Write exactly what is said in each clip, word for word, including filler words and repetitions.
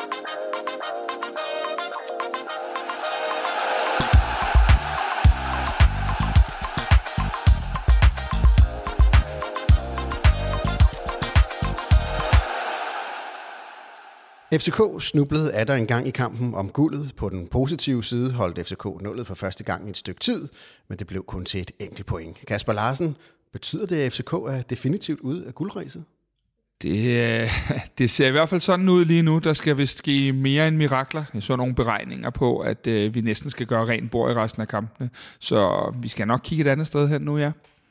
F C K snublede atter en gang i kampen om guldet. På den positive side holdt F C K nullet for første gang i et stykke tid, men det blev kun til et enkelt point. Kasper Larsen, betyder det, at F C K er definitivt ude af guldræset? Det, det ser i hvert fald sådan ud lige nu. Der skal vist ske mere end mirakler. Jeg så nogle beregninger på, at øh, vi næsten skal gøre rent bord i resten af kampene. Så vi skal nok kigge et andet sted hen nu, ja.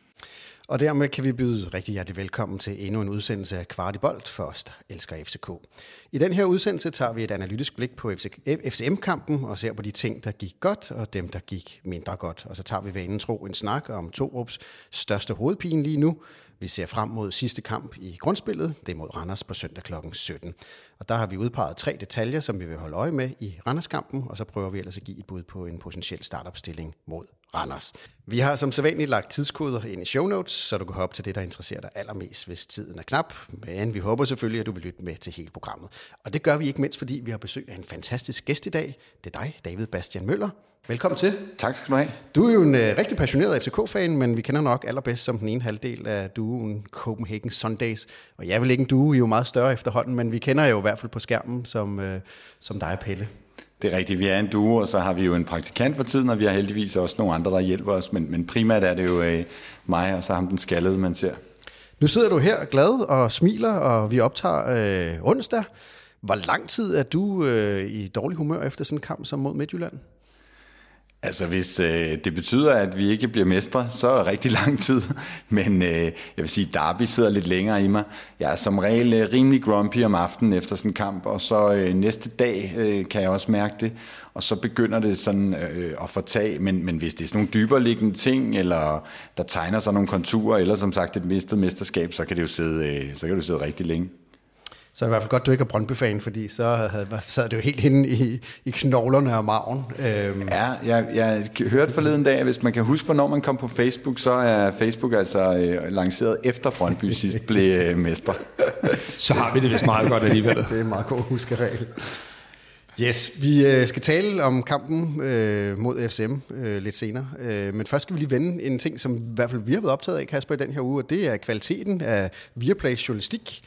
Og dermed kan vi byde rigtig hjertelig velkommen til endnu en udsendelse af Kvart i Bold for os, der elsker F C K. I den her udsendelse tager vi et analytisk blik på F C M-kampen og ser på de ting, der gik godt og dem, der gik mindre godt. Og så tager vi vanen tro en snak om Torups største hovedpine lige nu. Vi ser frem mod sidste kamp i grundspillet, det er mod Randers på søndag klokken sytten. Og der har vi udpeget tre detaljer, som vi vil holde øje med i Randers-kampen, og så prøver vi ellers at give et bud på en potentiel startopstilling mod Randers. Vi har som sædvanligt lagt tidskoder ind i show notes, så du kan hoppe til det, der interesserer dig allermest, hvis tiden er knap. Men vi håber selvfølgelig, at du vil lytte med til hele programmet. Og det gør vi ikke mindst, fordi vi har besøg af en fantastisk gæst i dag. Det er dig, David Bastian Møller. Velkommen til. Tak skal du have. Du er jo en uh, rigtig passioneret F C K-fan, men vi kender nok allerbedst som den ene halvdel af duoen Copenhagen Sundays. Og jeg vil ikke en duo, I er jo meget større efterhånden, men vi kender jo i hvert fald på skærmen som, uh, som dig og Pelle. Det er rigtigt, vi er en duo, og så har vi jo en praktikant for tiden, og vi har heldigvis også nogle andre, der hjælper os. Men, men primært er det jo uh, mig, og så ham den skaldede, man ser. Nu sidder du her glad og smiler, og vi optager uh, onsdag. Hvor lang tid er du uh, i dårlig humør efter sådan en kamp som mod Midtjylland? Altså hvis øh, det betyder, at vi ikke bliver mestre, så er det rigtig lang tid. Men øh, jeg vil sige, Derby sidder lidt længere i mig. Jeg er som regel øh, rimelig grumpy om aftenen efter sådan en kamp, og så øh, næste dag øh, kan jeg også mærke det. Og så begynder det sådan øh, at fortage, men, men hvis det er sådan nogle dybere liggende ting, eller der tegner sig nogle konturer, eller som sagt et mistet mesterskab, så kan det jo sidde, øh, så kan det jo sidde rigtig længe. Så er det i hvert fald godt, du ikke er Brøndby-fan, fordi så havde, sad det jo helt inde i, i knoglerne og maven. Øhm. Ja, jeg, jeg hørte forleden dag, at hvis man kan huske, hvornår man kom på Facebook, så er Facebook altså øh, lanceret efter Brøndby sidst blev øh, mestre. Så har vi det vist meget godt alligevel. Det er en meget god huskeregel. Yes, vi øh, skal tale om kampen øh, mod F C M øh, lidt senere, øh, men først skal vi lige vende en ting, som i hvert fald vi har været optaget af, Kasper, i den her uge, og det er kvaliteten af Viaplays journalistik.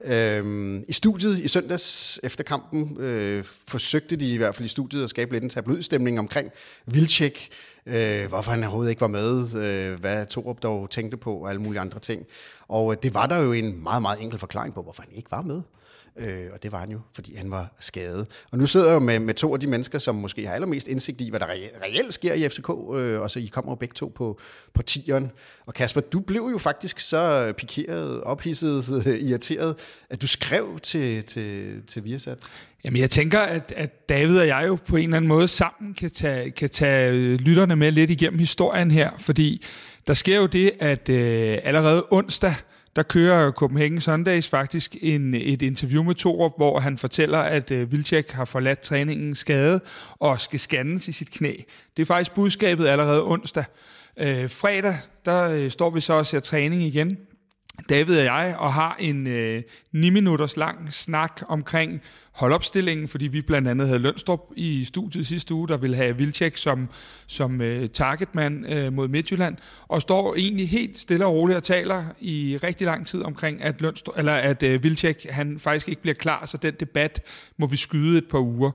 Øhm, I studiet i søndags efter kampen øh, forsøgte de i hvert fald i studiet at skabe lidt en tabloidstemning omkring Wilczek, øh, hvorfor han overhovedet ikke var med, øh, hvad Torup dog tænkte på og alle mulige andre ting. Og øh, det var der jo en meget, meget enkel forklaring på, hvorfor han ikke var med. Øh, og det var han jo, fordi han var skadet. Og nu sidder jeg jo med, med to af de mennesker, som måske har allermest indsigt i, hvad der reelt, reelt sker i F C K, øh, og så I kommer jo begge to på, på tieren. Og Kasper, du blev jo faktisk så pikeret, ophidset, irriteret, at du skrev til, til, til Viasat. Jamen jeg tænker, at, at David og jeg jo på en eller anden måde sammen kan tage, kan tage lytterne med lidt igennem historien her, fordi der sker jo det, at øh, allerede onsdag, der kører Copenhagen Sundays faktisk en, et interview med Torup, hvor han fortæller, at uh, Wilczek har forladt træningen skadet og skal scannes i sit knæ. Det er faktisk budskabet allerede onsdag. Uh, fredag, der uh, står vi så og ser træning igen, David og jeg, og har en uh, ni minutters lang snak omkring holdopstillingen, fordi vi blandt andet havde Lønstrup i studiet sidste uge, der ville have Wilczek som, som uh, targetmand uh, mod Midtjylland, og står egentlig helt stille og roligt og taler i rigtig lang tid omkring, at, Lønstrup, eller at uh, Wilczek han faktisk ikke bliver klar, så den debat må vi skyde et par uger.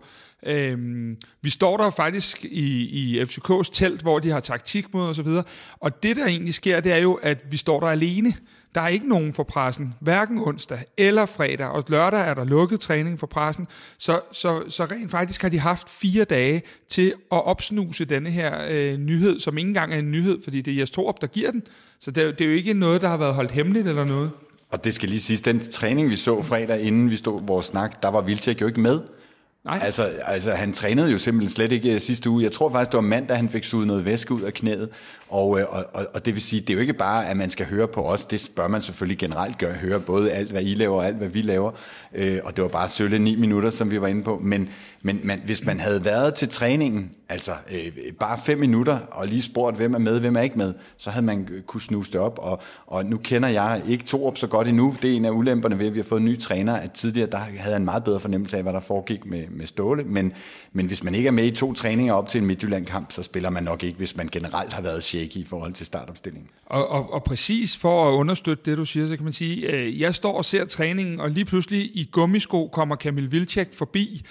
Øhm, vi står der faktisk i, i F C K's telt, hvor de har taktikmøder og så videre, og det der egentlig sker, det er jo, at vi står der alene. Der er ikke nogen for pressen, hverken onsdag eller fredag, og lørdag er der lukket træning for pressen, så, så, så rent faktisk har de haft fire dage til at opsnuse denne her øh, nyhed, som ikke engang er en nyhed, fordi det er Jes Torup, der giver den, så det er, det er jo ikke noget, der har været holdt hemmeligt eller noget. Og det skal lige siges, den træning vi så fredag, inden vi stod vores snak, der var Wilczek jo ikke med. Nej. Altså, altså, han trænede jo simpelthen slet ikke sidste uge. Jeg tror faktisk, det var mandag, han fik suget noget væske ud af knæet. Og, og, og, og det vil sige, det er jo ikke bare, at man skal høre på os. Det bør man selvfølgelig generelt gøre. Høre både alt, hvad I laver, og alt, hvad vi laver. Øh, og det var bare sølle ni minutter, som vi var inde på. Men, men man, hvis man havde været til træningen, altså øh, bare fem minutter, og lige spurgt, hvem er med, hvem er ikke med, så havde man kunne snuse det op. Og, og nu kender jeg ikke Thorup så godt endnu. Det er en af ulemperne ved, at vi har fået en ny træner. At tidligere, der havde jeg en meget bedre fornemmelse af, hvad der foregik med, med Ståle. Men, men hvis man ikke er med i to træninger op til en Midtjylland-kamp, så spiller man nok ikke, hvis man generelt har været shaky i forhold til startopstillingen. Og, og, og præcis for at understøtte det, du siger, så kan man sige, øh, jeg står og ser træningen, og lige pludselig i gummisko kommer Kamil Vilcek forbi,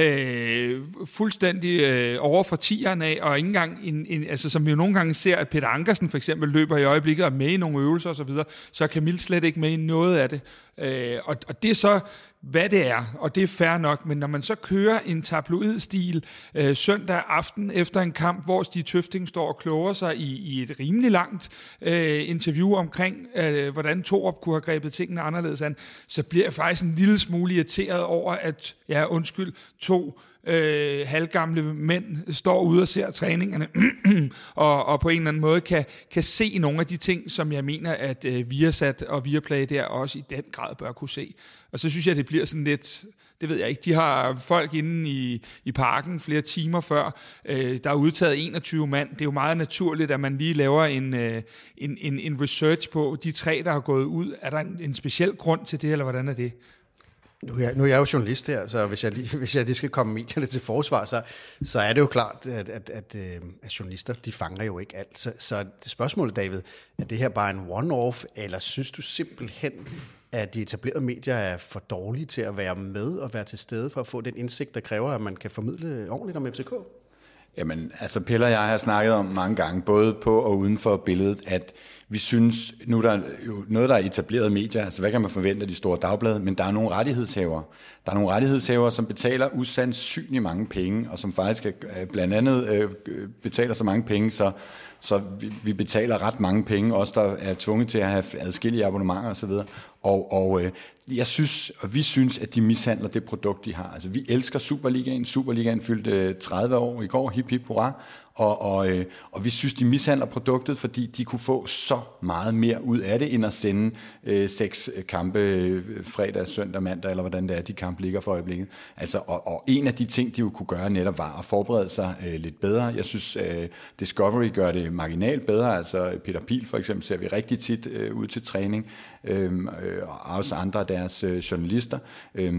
øh, fuldstændig øh, over for tieren af, og ikke engang, en, en, altså som vi jo nogle gange ser, at Peter Ankersen for eksempel løber i øjeblikket og er med i nogle øvelser osv., så, så er Kamil slet ikke med i noget af det. Øh, og, og det er så hvad det er, og det er fair nok, men når man så kører en tabloidstil øh, søndag aften efter en kamp, hvor Stig Tøfting står og kloger sig i, i et rimelig langt øh, interview omkring, øh, hvordan Thorup kunne have grebet tingene anderledes an, så bliver jeg faktisk en lille smule irriteret over, at, ja undskyld, to Øh, halvgamle mænd står ude og ser træningerne og, og på en eller anden måde kan, kan se nogle af de ting, som jeg mener, at øh, Viasat og Viaplay der også i den grad bør kunne se. Og så synes jeg, det bliver sådan lidt, det ved jeg ikke, de har folk inde i, i parken flere timer før, øh, der er udtaget enogtyve mand. Det er jo meget naturligt, at man lige laver en, øh, en, en, en research på de tre, der har gået ud. Er der en, en speciel grund til det, eller hvordan er det? Nu er, jeg, nu er jeg jo journalist her, så hvis jeg, lige, hvis jeg lige skal komme medierne til forsvar, så, så er det jo klart, at, at, at, at journalister, de fanger jo ikke alt. Så, så det spørgsmålet, David, er det her bare en one-off, eller synes du simpelthen, at de etablerede medier er for dårlige til at være med og være til stede for at få den indsigt, der kræver, at man kan formidle ordentligt om F C K? Jamen, altså Pelle og jeg har snakket om mange gange, både på og uden for billedet, at vi synes, nu er der jo noget, der er etableret medier, altså hvad kan man forvente af de store dagblade, men der er nogle rettighedshavere. Der er nogle rettighedshavere, som betaler usandsynligt mange penge, og som faktisk blandt andet øh, betaler så mange penge, så, så vi, vi betaler ret mange penge, også der er tvunget til at have adskillige abonnementer osv. Og, og øh, jeg synes, og vi synes, at de mishandler det produkt, de har. Altså vi elsker Superligaen. Superligaen fyldte tredive år i går, hip hip hurra. Og, og, øh, og vi synes, de mishandler produktet, fordi de kunne få så meget mere ud af det, end at sende øh, seks kampe øh, fredag, søndag, mandag, eller hvordan det er, de kampe ligger for øjeblikket. Altså, og, og en af de ting, de jo kunne gøre netop, var at forberede sig øh, lidt bedre. Jeg synes, øh, Discovery gør det marginalt bedre. Altså Peter Piel for eksempel ser vi rigtig tit øh, ud til træning, øh, og også andre af deres øh, journalister. Øh,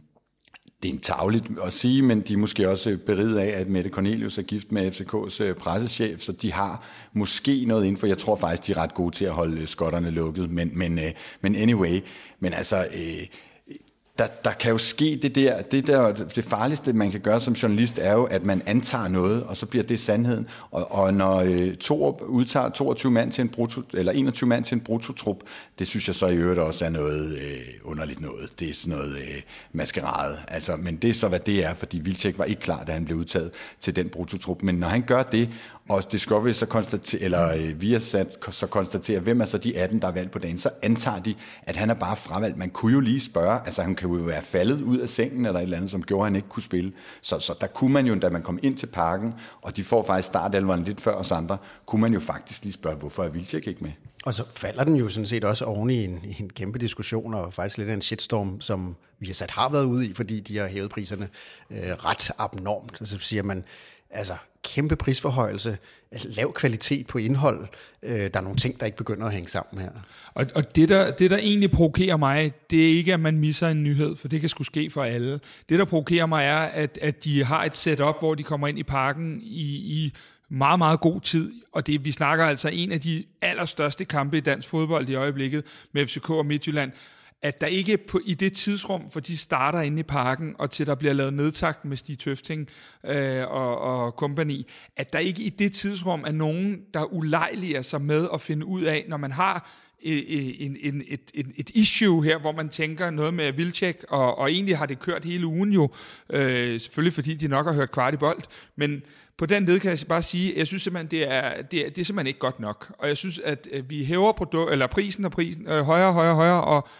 Det er en tarveligt at sige, men de er måske også beriget af, at Mette Cornelius er gift med F C K's pressechef, så de har måske noget inden for. Jeg tror faktisk, de er ret gode til at holde skotterne lukket, men, men, men anyway. Men altså, øh, der, der kan jo ske det der, det der, det farligste, man kan gøre som journalist, er jo, at man antager noget, og så bliver det sandheden. Og, og når øh, Thorup udtager toogtyve mand til en brutto, eller enogtyve mand til en bruttotrup, det synes jeg så i øvrigt også er noget øh, underligt noget. Det er sådan noget øh, maskerade. Altså, men det er så, hvad det er, fordi Vilcek var ikke klar, da han blev udtaget til den bruttotrup. Men når han gør det, og Discovery så konstaterer, eller øh, Viasat så konstaterer, hvem er så de atten, der er valgt på dagen, så antager de, at han er bare fravalgt. Man kunne jo lige spørge, altså han kan jo være faldet ud af sengen, eller et eller andet, som gjorde, at han ikke kunne spille. Så, så der kunne man jo, da man kom ind til parken, og de får faktisk startelveren lidt før os andre, kunne man jo faktisk lige spørge, hvorfor er Vilcek ikke med? Og så falder den jo sådan set også oven i en, i en kæmpe diskussion, og faktisk lidt af en shitstorm, som Viasat har været ude i, fordi de har hævet priserne øh, ret abnormt. Og så siger man, altså kæmpe prisforhøjelse, lav kvalitet på indhold. Øh, der er nogle ting, der ikke begynder at hænge sammen her. Og, og det, der, det, der egentlig provokerer mig, det er ikke, at man misser en nyhed, for det kan sgu ske for alle. Det, der provokerer mig, er, at, at de har et setup, hvor de kommer ind i parken i, i meget, meget god tid. Og det, vi snakker altså en af de allerstørste kampe i dansk fodbold i øjeblikket med F C K og Midtjylland, at der ikke på, i det tidsrum, for de starter inde i parken, og til der bliver lavet nedtakt med Stig Tøfting øh, og, og kompagni, at der ikke i det tidsrum er nogen, der ulejliger sig med at finde ud af, når man har en, en, et, et, et issue her, hvor man tænker noget med Vilcek, og, og egentlig har det kørt hele ugen jo, øh, selvfølgelig fordi de nok har hørt kvart i bold, men på den led kan jeg bare sige, jeg synes simpelthen, det er, det er, det er simpelthen ikke godt nok, og jeg synes, at vi hæver produkt, eller prisen og prisen øh, højere, højere, højere, og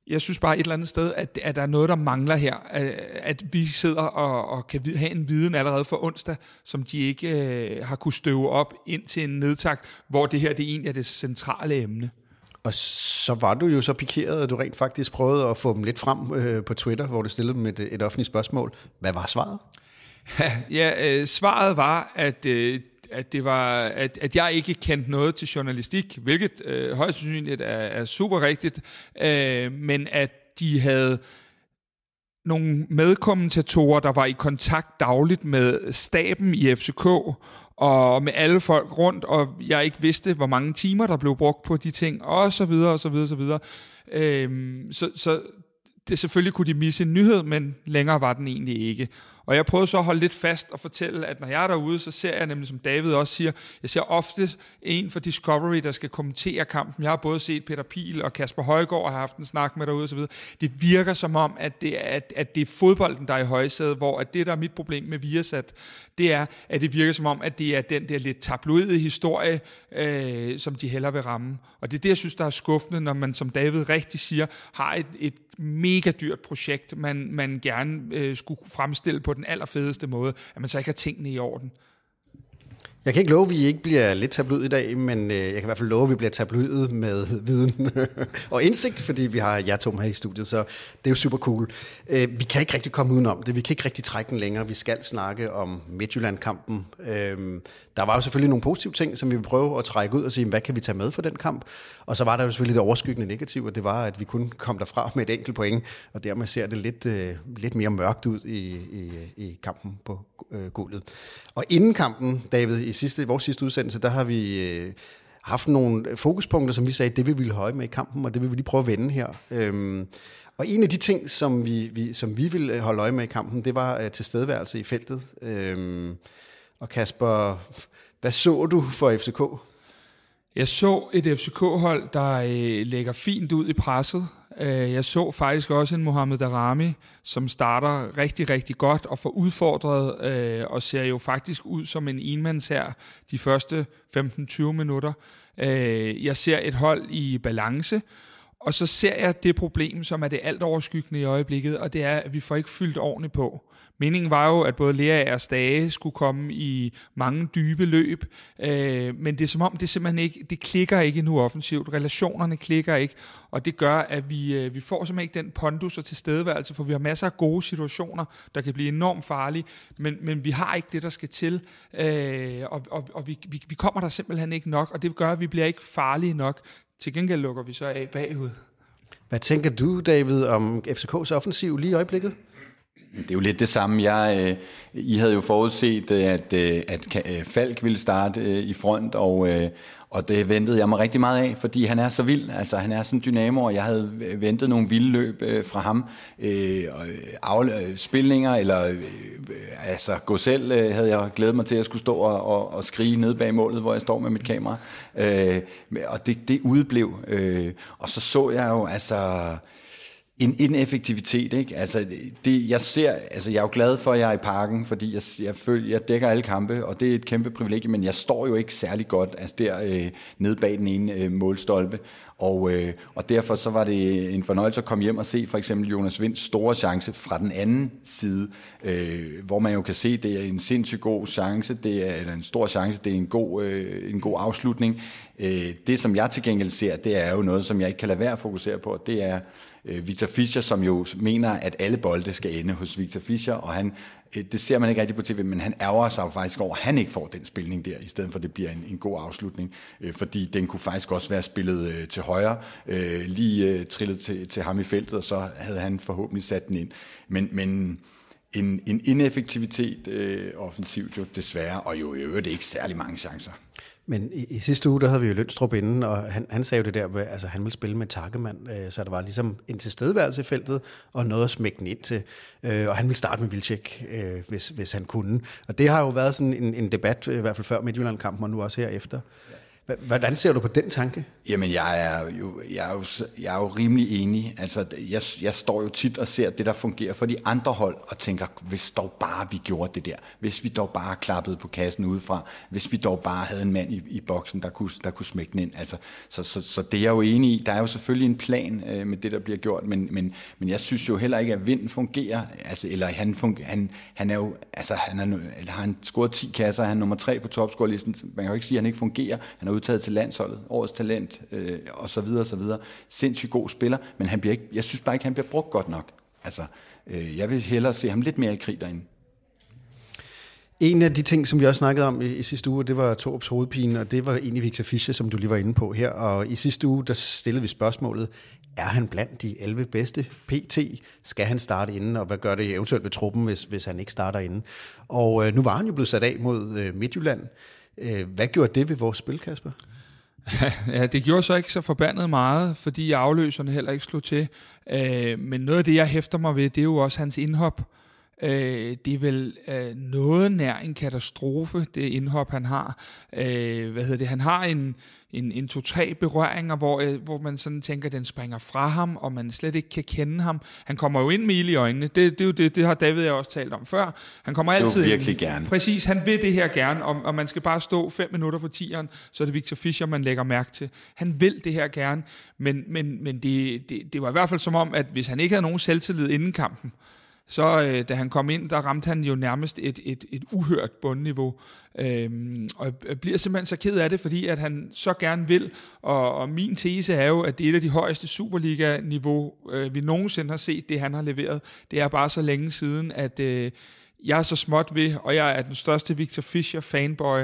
Jeg synes bare et eller andet sted, at, at der er noget, der mangler her. At, at vi sidder og, og kan have en viden allerede for onsdag, som de ikke øh, har kunne støve op ind til en nedtakt, hvor det her det egentlig er det centrale emne. Og så var du jo så pikeret, at du rent faktisk prøvede at få dem lidt frem øh, på Twitter, hvor du stillede dem et, et offentligt spørgsmål. Hvad var svaret? Ja, øh, svaret var, at... Øh, at det var at, at jeg ikke kendte noget til journalistik, hvilket øh, højst sandsynligt er, er super rigtigt, øh, men at de havde nogle medkommentatorer, der var i kontakt dagligt med staben i F C K og med alle folk rundt, og jeg ikke vidste, hvor mange timer der blev brugt på de ting, og så videre, og så videre, og så videre. Øh, så, så det selvfølgelig kunne de misse en nyhed, men længere var den egentlig ikke. Og jeg prøvede så at holde lidt fast og fortælle, at når jeg er derude, så ser jeg nemlig, som David også siger, jeg ser ofte en fra Discovery, der skal kommentere kampen. Jeg har både set Peter Piel og Kasper Højgaard og har haft en snak med derude osv. Det virker som om, at det, er, at, at det er fodbolden, der er i højsædet, hvor at det, der er mit problem med Viasat, det er, at det virker som om, at det er den der lidt tabloide historie, øh, som de hellere vil ramme. Og det er det, jeg synes, der er skuffende, når man, som David rigtig siger, har et, et mega dyrt projekt, man, man gerne øh, skulle fremstille på den allerfedeste måde, at man så ikke har tingene i orden. Jeg kan ikke love, at vi ikke bliver lidt tabloid i dag, men jeg kan i hvert fald love, at vi bliver tabloidet med viden og indsigt, fordi vi har jer to her i studiet, så det er jo super cool. Vi kan ikke rigtig komme udenom det, vi kan ikke rigtig trække den længere, vi skal snakke om Midtjylland-kampen. Der var jo selvfølgelig nogle positive ting, som vi vil prøve at trække ud og sige, hvad kan vi tage med for den kamp? Og så var der jo selvfølgelig det overskyggende negative, og det var, at vi kun kom derfra med et enkelt point, og dermed ser det lidt, lidt mere mørkt ud i, i, i kampen på øh, gulvet. Og inden kampen, David, i sidste, vores sidste udsendelse, der har vi øh, haft nogle fokuspunkter, som vi sagde, det vil vi holde med i kampen, og det vil vi lige prøve at vende her. Øhm, og en af de ting, som vi, vi, som vi ville holde øje med i kampen, det var øh, tilstedeværelse i feltet. Øhm, og Kasper, hvad så du for F C K? Jeg så et F C K-hold, der øh, lægger fint ud i presset. Jeg så faktisk også en Mohamed Daramy, som starter rigtig, rigtig godt og får udfordret øh, og ser jo faktisk ud som en enmands her de første femten til tyve minutter. Øh, jeg ser et hold i balance, og så ser jeg det problem, som er det alt overskyggende i øjeblikket, og det er, at vi får ikke fyldt ordentligt på. Meningen var jo, at både Lea og Stage skulle komme i mange dybe løb, øh, men det er som om, det simpelthen ikke, det klikker ikke nu offensivt. Relationerne klikker ikke, og det gør, at vi, øh, vi får simpelthen ikke den pondus og tilstedeværelse, for vi har masser af gode situationer, der kan blive enormt farlige, men, men vi har ikke det, der skal til, øh, og, og, og vi, vi, vi kommer der simpelthen ikke nok, og det gør, at vi bliver ikke farlige nok. Til gengæld lukker vi så af bagud. Hvad tænker du, David, om F C K's offensiv lige i øjeblikket? Det er jo lidt det samme. Jeg, I havde jo forudset, at, at Falk ville starte i front, og, og det ventede jeg mig rigtig meget af, fordi han er så vild. Altså, han er sådan en dynamo, og jeg havde ventet nogle vilde løb fra ham. Spilninger, eller altså gå selv, havde jeg glædet mig til at skulle stå og, og, og skrige ned bag målet, hvor jeg står med mit kamera. Og det, det udeblev. Og så så jeg jo, altså... En ineffektivitet, ikke? Altså, det, jeg ser, altså, jeg er jo glad for, at jeg er i parken, fordi jeg, jeg føler, jeg dækker alle kampe, og det er et kæmpe privilegie, men jeg står jo ikke særlig godt, altså der øh, nede bag den ene øh, målstolpe, og, øh, og derfor så var det en fornøjelse at komme hjem og se for eksempel Jonas Vinds store chance fra den anden side, øh, hvor man jo kan se, det er en sindssygt god chance, det er eller en stor chance, det er en god, øh, en god afslutning. Øh, det, som jeg til gengæld ser, det er jo noget, som jeg ikke kan lade være at fokusere på, det er Victor Fischer, som jo mener, at alle bolde skal ende hos Victor Fischer, og han, det ser man ikke rigtig på tv, men han ærger sig jo faktisk over, at han ikke får den spilning der, i stedet for at det bliver en, en god afslutning, fordi den kunne faktisk også være spillet til højre, lige trillet til, til ham i feltet, og så havde han forhåbentlig sat den ind. Men, men en, en ineffektivitet øh, offensivt jo desværre, og jo i øvrigt ikke særlig mange chancer. Men i, i sidste uge, der havde vi jo Lønstrup inden, og han, han sagde jo det der med, altså han ville spille med Takkemand, øh, så der var ligesom en tilstedeværelse i feltet, og noget at smække den ind til, øh, og han ville starte med Wilczek, øh, hvis, hvis han kunne. Og det har jo været sådan en, en debat, i hvert fald før Midtjylland-kampen, og nu også herefter. Hvordan ser du på den tanke? Jamen, jeg er jo, jeg er jo, jeg er jo rimelig enig. Altså, jeg, jeg står jo tit og ser det, der fungerer for de andre hold, og tænker, hvis dog bare vi gjorde det der, hvis vi dog bare klappede på kassen udefra, hvis vi dog bare havde en mand i, i boksen, der kunne, der kunne smække den ind. Altså, så, så, så det er jeg jo enig i. Der er jo selvfølgelig en plan øh, med det, der bliver gjort, men, men, men jeg synes jo heller ikke, at Vind fungerer. Altså, eller han, fungerer, han, han er jo, altså, han, er, eller har han scoret ti kasser, han er nummer tre på topscorelisten. Man kan jo ikke sige, at han ikke fungerer. Han er udtaget til landsholdet, årets talent, øh, og så videre, og så videre. Sindssygt god spiller, men han bliver ikke, jeg synes bare ikke, han bliver brugt godt nok. Altså, øh, jeg vil hellere se ham lidt mere i krig derinde. En af de ting, som vi også snakkede om i, i sidste uge, det var Thorups hovedpine, og det var egentlig Victor Fischer, som du lige var inde på her. Og i sidste uge, der stillede vi spørgsmålet, er han blandt de elleve bedste P T? Skal han starte inden, og hvad gør det eventuelt ved truppen, hvis, hvis han ikke starter inden? Og øh, nu var han jo blevet sat af mod øh, Midtjylland. Øh, hvad gjorde det ved vores spil, Kasper? Ja, det gjorde så ikke så forbandet meget, fordi afløserne heller ikke slog til. Øh, men noget af det, jeg hæfter mig ved, det er jo også hans indhop. Øh, det er vel øh, noget nær en katastrofe, det indhop, han har. Øh, hvad hedder det? Han har en, en, en to-tre berøringer, hvor, øh, hvor man sådan tænker, at den springer fra ham, og man slet ikke kan kende ham. Han kommer jo ind med ild i øjnene. Det, det, det, det, det har David jeg også talt om før. Han kommer altid jo virkelig ind. Gerne. Præcis, han vil det her gerne, og, og man skal bare stå fem minutter på tieren, så er det Victor Fischer, man lægger mærke til. Han vil det her gerne, men, men, men det, det, det var i hvert fald som om, at hvis han ikke havde nogen selvtillid inden kampen, så øh, da han kom ind, der ramte han jo nærmest et, et, et uhørt bundniveau. Øhm, og jeg bliver simpelthen så ked af det, fordi at han så gerne vil, og, og min tese er jo, at det er et af de højeste Superliga-niveau, øh, vi nogensinde har set, det han har leveret. Det er bare så længe siden, at øh, jeg er så småt ved, og jeg er den største Victor Fischer-fanboy,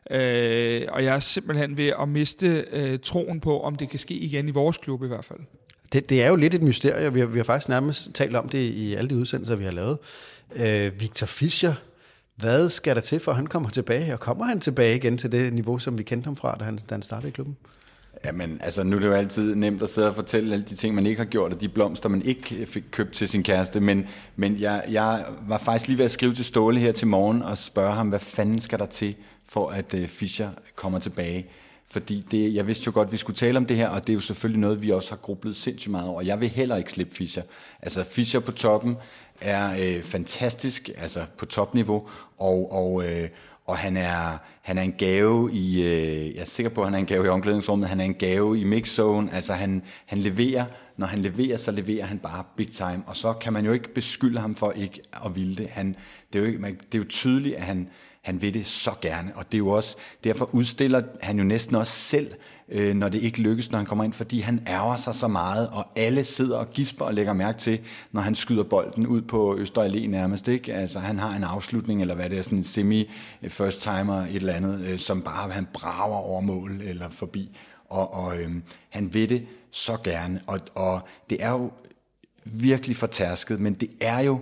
øh, og jeg er simpelthen ved at miste øh, troen på, om det kan ske igen i vores klub i hvert fald. Det, det er jo lidt et mysterie. Vi har, vi har faktisk nærmest talt om det i alle de udsendelser, vi har lavet. Øh, Victor Fischer, hvad skal der til, for han kommer tilbage? Og kommer han tilbage igen til det niveau, som vi kendte ham fra, da han, da han startede i klubben? Jamen, altså nu er det jo altid nemt at sidde og fortælle alle de ting, man ikke har gjort, og de blomster, man ikke fik købt til sin kæreste. Men, men jeg, jeg var faktisk lige ved at skrive til Ståle her til morgen og spørge ham, hvad fanden skal der til, for at uh, Fischer kommer tilbage? Fordi det, jeg vidste jo godt, at vi skulle tale om det her, og det er jo selvfølgelig noget, vi også har grublet sindssygt meget over. Jeg vil heller ikke slippe Fischer. Altså Fischer på toppen er øh, fantastisk, altså på topniveau, og, og, øh, og han, er, han er en gave i, øh, jeg er sikker på, at han er en gave i omklædningsrummet, han er en gave i mixzone, altså han, han leverer, når han leverer, så leverer han bare big time, og så kan man jo ikke beskylde ham for ikke at ville det. Han, det, er jo ikke, man, det er jo tydeligt, at han Han vil det så gerne, og det er jo også, derfor udstiller han jo næsten også selv, øh, når det ikke lykkes, når han kommer ind, fordi han ærger sig så meget, og alle sidder og gisper og lægger mærke til, når han skyder bolden ud på Øster Allé nærmest, ikke? Altså han har en afslutning, eller hvad det er, sådan en semi-first timer, et eller andet, øh, som bare han brager over mål eller forbi, og, og øh, han vil det så gerne, og, og det er jo virkelig fortærsket, men det er jo,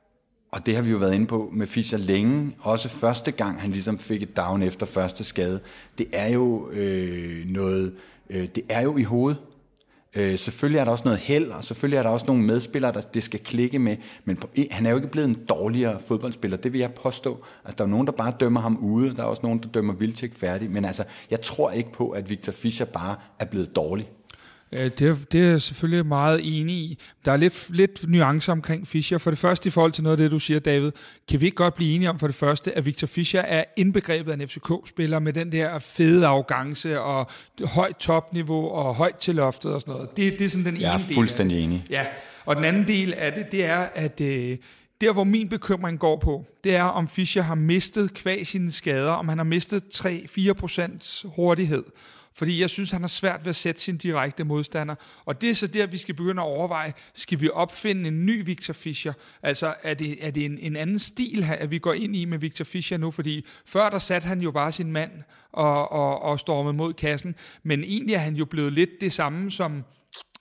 og det har vi jo været inde på med Fischer længe, også første gang han ligesom fik et down efter første skade, det er jo øh, noget, øh, det er jo i hovedet. Øh, selvfølgelig er der også noget held, og selvfølgelig er der også nogle medspillere, der det skal klikke med, men på, han er jo ikke blevet en dårligere fodboldspiller, det vil jeg påstå. Altså der er nogen, der bare dømmer ham ude, der er også nogen, der dømmer Wilczek færdig, men altså jeg tror ikke på, at Victor Fischer bare er blevet dårlig. Det er, det er jeg selvfølgelig meget enig i. Der er lidt, lidt nuancer omkring Fischer. For det første i forhold til noget af det, du siger, David, kan vi ikke godt blive enige om for det første, at Victor Fischer er indbegrebet af en F C K-spiller med den der fede arrogance og højt topniveau og højt til loftet og sådan noget. Det, det er sådan den ene del. Jeg er fuldstændig enig. Ja, og den anden del af det, det er, at øh, der hvor min bekymring går på, det er om Fischer har mistet kvad sine skader, om han har mistet tre til fire procent hurtighed. Fordi jeg synes, han har svært ved at sætte sin direkte modstander. Og det er så der, vi skal begynde at overveje, skal vi opfinde en ny Victor Fischer? Altså, er det, er det en, en anden stil, at vi går ind i med Victor Fischer nu? Fordi før der satte han jo bare sin mand og, og, og stormede mod kassen. Men egentlig er han jo blevet lidt det samme som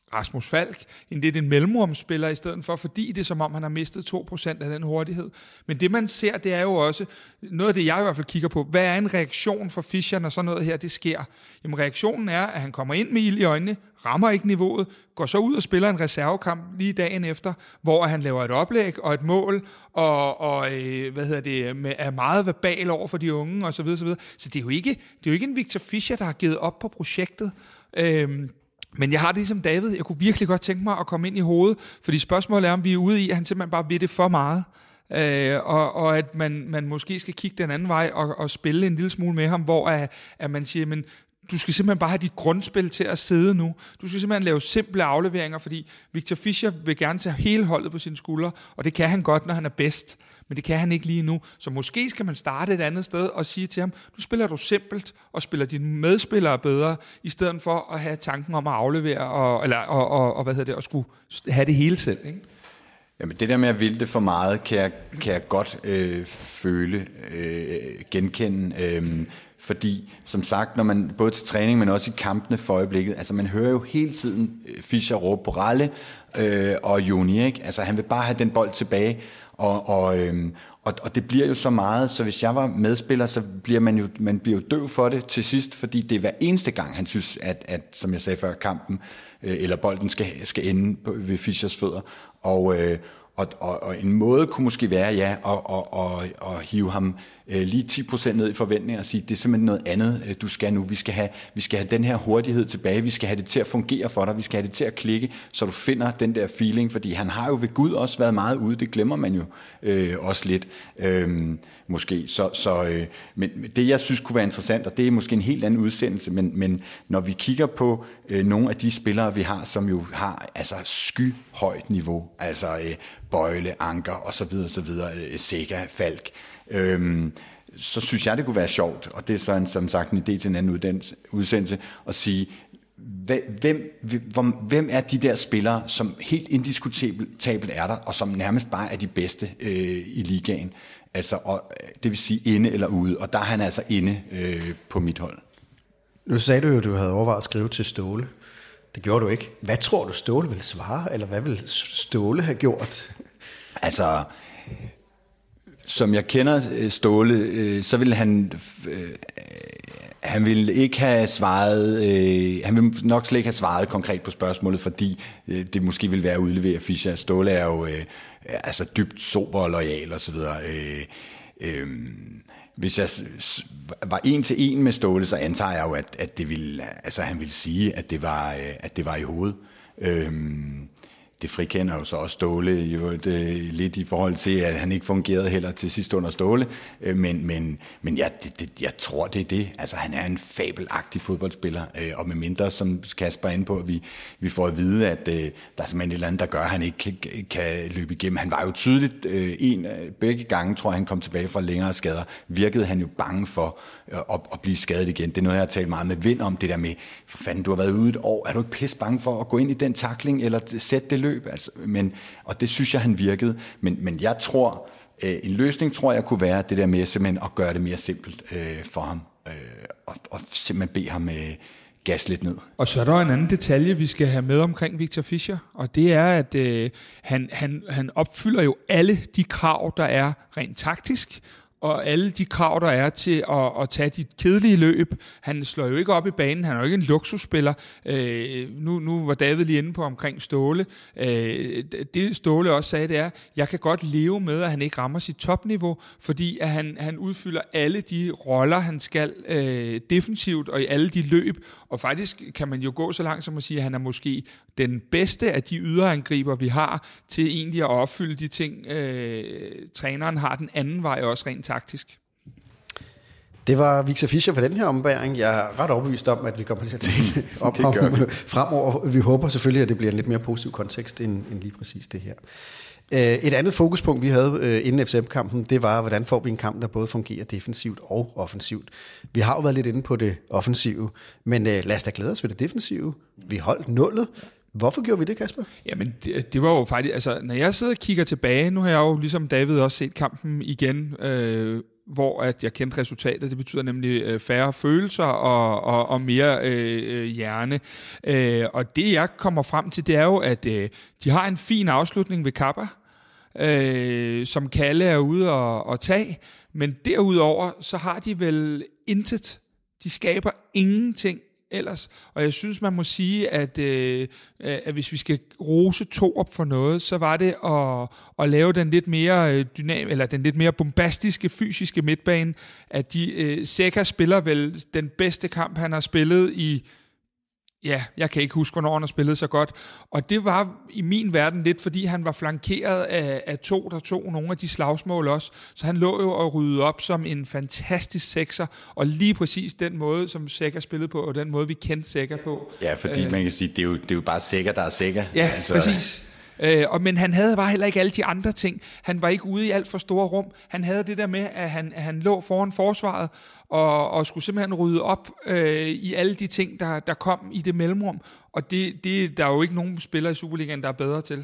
Rasmus Falk, en lidt en mellemrumsspiller i stedet for, fordi det er som om, han har mistet to procent af den hurtighed. Men det man ser, det er jo også, noget af det jeg i hvert fald kigger på, hvad er en reaktion for Fischer, når sådan noget her, det sker? Jamen reaktionen er, at han kommer ind med ild i øjnene, rammer ikke niveauet, går så ud og spiller en reservekamp lige dagen efter, hvor han laver et oplæg og et mål, og, og øh, hvad hedder det, med, er meget verbal over for de unge, og så videre, så videre. Så det er jo ikke, det er jo ikke en Victor Fischer, der har givet op på projektet. Øhm, Men jeg har det ligesom David, jeg kunne virkelig godt tænke mig at komme ind i hovedet, fordi spørgsmålet er, om vi er ude i, at han simpelthen bare ved det for meget, øh, og, og at man, man måske skal kigge den anden vej og, og spille en lille smule med ham, hvor at, at man siger, men du skal simpelthen bare have dit grundspil til at sidde nu. Du skal simpelthen lave simple afleveringer, fordi Victor Fischer vil gerne tage hele holdet på sine skuldre, og det kan han godt, når han er bedst. Men det kan han ikke lige nu. Så måske skal man starte et andet sted og sige til ham, nu spiller du simpelt og spiller dine medspillere bedre, i stedet for at have tanken om at aflevere og, eller, og, og, og hvad hedder det, og skulle have det hele selv, ikke? Jamen det der med at ville det for meget, kan jeg, kan jeg godt øh, føle, øh, genkende. Øh, fordi, som sagt, når man både til træning, men også i kampene for øjeblikket, altså man hører jo hele tiden Fischer råbe på Ralle øh, og Joni, ikke? Altså han vil bare have den bold tilbage, og, og, øhm, og, og det bliver jo så meget, så hvis jeg var medspiller, så bliver man jo, man bliver jo døv for det til sidst, fordi det er hver eneste gang, han synes, at, at som jeg sagde før, kampen øh, eller bolden skal, skal ende på, ved Fischers fødder, og, øh, og, og, og en måde kunne måske være, ja, at og, og, og hive ham øh, lige ti procent ned i forventninger og sige, det er simpelthen noget andet, øh, du skal nu. Vi skal, have, vi skal have den her hurtighed tilbage, vi skal have det til at fungere for dig, vi skal have det til at klikke, så du finder den der feeling, fordi han har jo ved Gud også været meget ude, det glemmer man jo øh, også lidt, øh, måske. Så, så, øh, men det, jeg synes kunne være interessant, og det er måske en helt anden udsendelse, men, men når vi kigger på øh, nogle af de spillere, vi har, som jo har altså skyhøjt niveau, altså øh, Bøjle, Anker og så videre, så videre, øh, Sega, Falk, Øhm, så synes jeg, det kunne være sjovt, og det er så en, som sagt en idé til en anden udsendelse, at sige, hvem, hvem er de der spillere, som helt indiskutabelt er der, og som nærmest bare er de bedste øh, i ligaen, altså, og, det vil sige inde eller ude, og der er han altså inde øh, på mit hold. Nu sagde du jo, at du havde overvejet at skrive til Ståle. Det gjorde du ikke. Hvad tror du, Ståle ville svare, eller hvad ville Ståle have gjort? Altså... Som jeg kender Ståle, øh, så ville han, øh, han ville ikke have svaret, øh, han ville nok slet ikke have svaret konkret på spørgsmålet, fordi øh, det måske ville være at udlevere Fischer. Ståle er jo øh, altså dybt sober og loyal og så videre. Øh, øh, hvis jeg var en til en med Ståle, så antager jeg jo, at, at det ville, altså han ville sige, at det var, at det var i hovedet. Øh, Det frikender jo så også Ståle jo, det, lidt i forhold til, at han ikke fungerede heller til sidst under Ståle. Men, men, men ja, det, det, jeg tror, det er det. Altså, han er en fabelagtig fodboldspiller. Og med mindre, som Kasper er inde på, at vi, vi får at vide, at uh, der er simpelthen et eller andet, der gør, at han ikke kan, kan løbe igennem. Han var jo tydeligt uh, en begge gange, tror jeg, han kom tilbage fra længere skader. Virkede han jo bange for uh, at, at blive skadet igen. Det er noget, jeg har talt meget med Vind om, det der med, for fanden, du har været ude et år. Er du ikke pisse bange for at gå ind i den tackling, eller sætte det løb? Altså, men, og det synes jeg, han virkede. Men, men jeg tror, øh, en løsning tror jeg kunne være det der med simpelthen at gøre det mere simpelt øh, for ham. Øh, og, og simpelthen bede ham øh, gas lidt ned. Og så er der en anden detalje, vi skal have med omkring Victor Fischer, og det er, at øh, han, han, han opfylder jo alle de krav, der er rent taktisk, og alle de krav, der er til at, at tage de kedelige løb. Han slår jo ikke op i banen, han er jo ikke en luksusspiller. Øh, nu, nu var David lige inde på omkring Ståle. Øh, det Ståle også sagde, det er, jeg kan godt leve med, at han ikke rammer sit topniveau, fordi at han, han udfylder alle de roller, han skal øh, defensivt og i alle de løb. Og faktisk kan man jo gå så langt som at sige, at han er måske den bedste af de yderangriber, vi har, til egentlig at opfylde de ting, øh, træneren har den anden vej også rent taktisk. Det var Victor Fischer for den her ombæring. Jeg er ret overbevist om, at vi kommer til at tale om ham fremover. Vi håber selvfølgelig, at det bliver en lidt mere positiv kontekst end, end lige præcis det her. Et andet fokuspunkt, vi havde inden F C M-kampen, det var, hvordan får vi en kamp, der både fungerer defensivt og offensivt. Vi har jo været lidt inde på det offensive, men lad os da glæde os ved det defensive. Vi holdt nullet. Hvorfor gjorde vi det, Kasper? Jamen, det, det var jo faktisk, altså, når jeg sidder og kigger tilbage, nu har jeg jo ligesom David også set kampen igen, øh, hvor at jeg kendte resultatet. Det betyder nemlig øh, færre følelser og, og, og mere øh, hjerne. Øh, og det jeg kommer frem til, det er jo, at øh, de har en fin afslutning ved Kappa, øh, som Kalle er ude og, og tage, men derudover så har de vel intet. De skaber ingenting ellers, og jeg synes, man må sige, at, øh, at hvis vi skal rose Torup for noget, så var det at, at lave den lidt mere dynam, eller den lidt mere bombastiske, fysiske midtbane, at de, øh, Zeca spiller vel den bedste kamp, han har spillet i, ja, jeg kan ikke huske, hvornår han har spillet så godt, og det var i min verden lidt, fordi han var flankeret af, af to, der tog nogle af de slagsmål også, så han lå jo og ryddede op som en fantastisk sekser, og lige præcis den måde, som Zeca spillede på, og den måde, vi kendte Zeca på. Ja, fordi øh, man kan sige, det er jo, det er jo bare Zeca, der er Zeca. Ja, altså, præcis. Øh, og, men han havde bare heller ikke alle de andre ting. Han var ikke ude i alt for store rum. Han havde det der med, at han, at han lå foran forsvaret, og, og skulle simpelthen rydde op øh, i alle de ting, der, der kom i det mellemrum. Og det, det der er jo ikke nogen spillere i Superligaen, der er bedre til.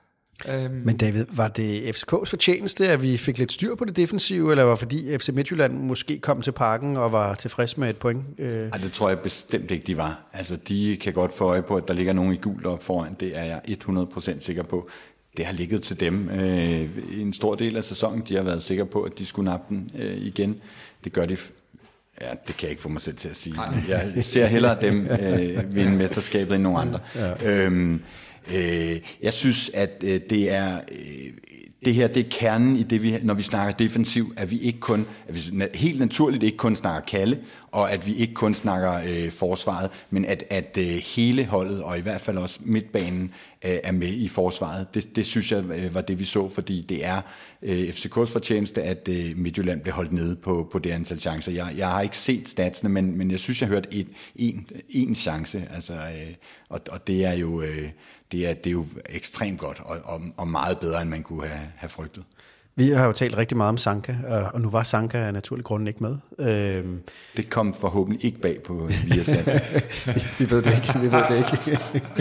Um, Men David, var det F C K's fortjeneste, at vi fik lidt styr på det defensive, eller var fordi F C Midtjylland måske kom til parken og var tilfreds med et point? Uh... Ej, det tror jeg bestemt ikke, de var. Altså, de kan godt få øje på, at der ligger nogen i gult op foran. Det er jeg hundrede procent sikker på. Det har ligget til dem øh, i en stor del af sæsonen. De har været sikre på, at de skulle nappe den øh, igen. Det gør de... Ja, det kan jeg ikke få mig selv til at sige. Jeg ser hellere dem øh, vinde mesterskabet end nogen andre. Ja. Øhm, øh, jeg synes, at øh, det er... Øh, det her, det er kernen i det, vi, når vi snakker defensiv, at vi ikke kun, at vi helt naturligt ikke kun snakker Kalle, og at vi ikke kun snakker øh, forsvaret, men at, at øh, hele holdet, og i hvert fald også midtbanen, øh, er med i forsvaret. Det, det synes jeg øh, var det, vi så, fordi det er øh, F C K's fortjeneste, at øh, Midtjylland blev holdt nede på, på det antal chancer. Jeg, jeg har ikke set statsene, men, men jeg synes, jeg har hørt et, en, en chance, altså, øh, og, og det er jo... Øh, Det er, det er jo ekstremt godt, og, og, og meget bedre, end man kunne have, have frygtet. Vi har jo talt rigtig meget om Sanka, og nu var Sanka af naturlig grund ikke med. Øhm. Det kom forhåbentlig ikke bag på Viasat. vi ved det ikke, vi ved det ikke.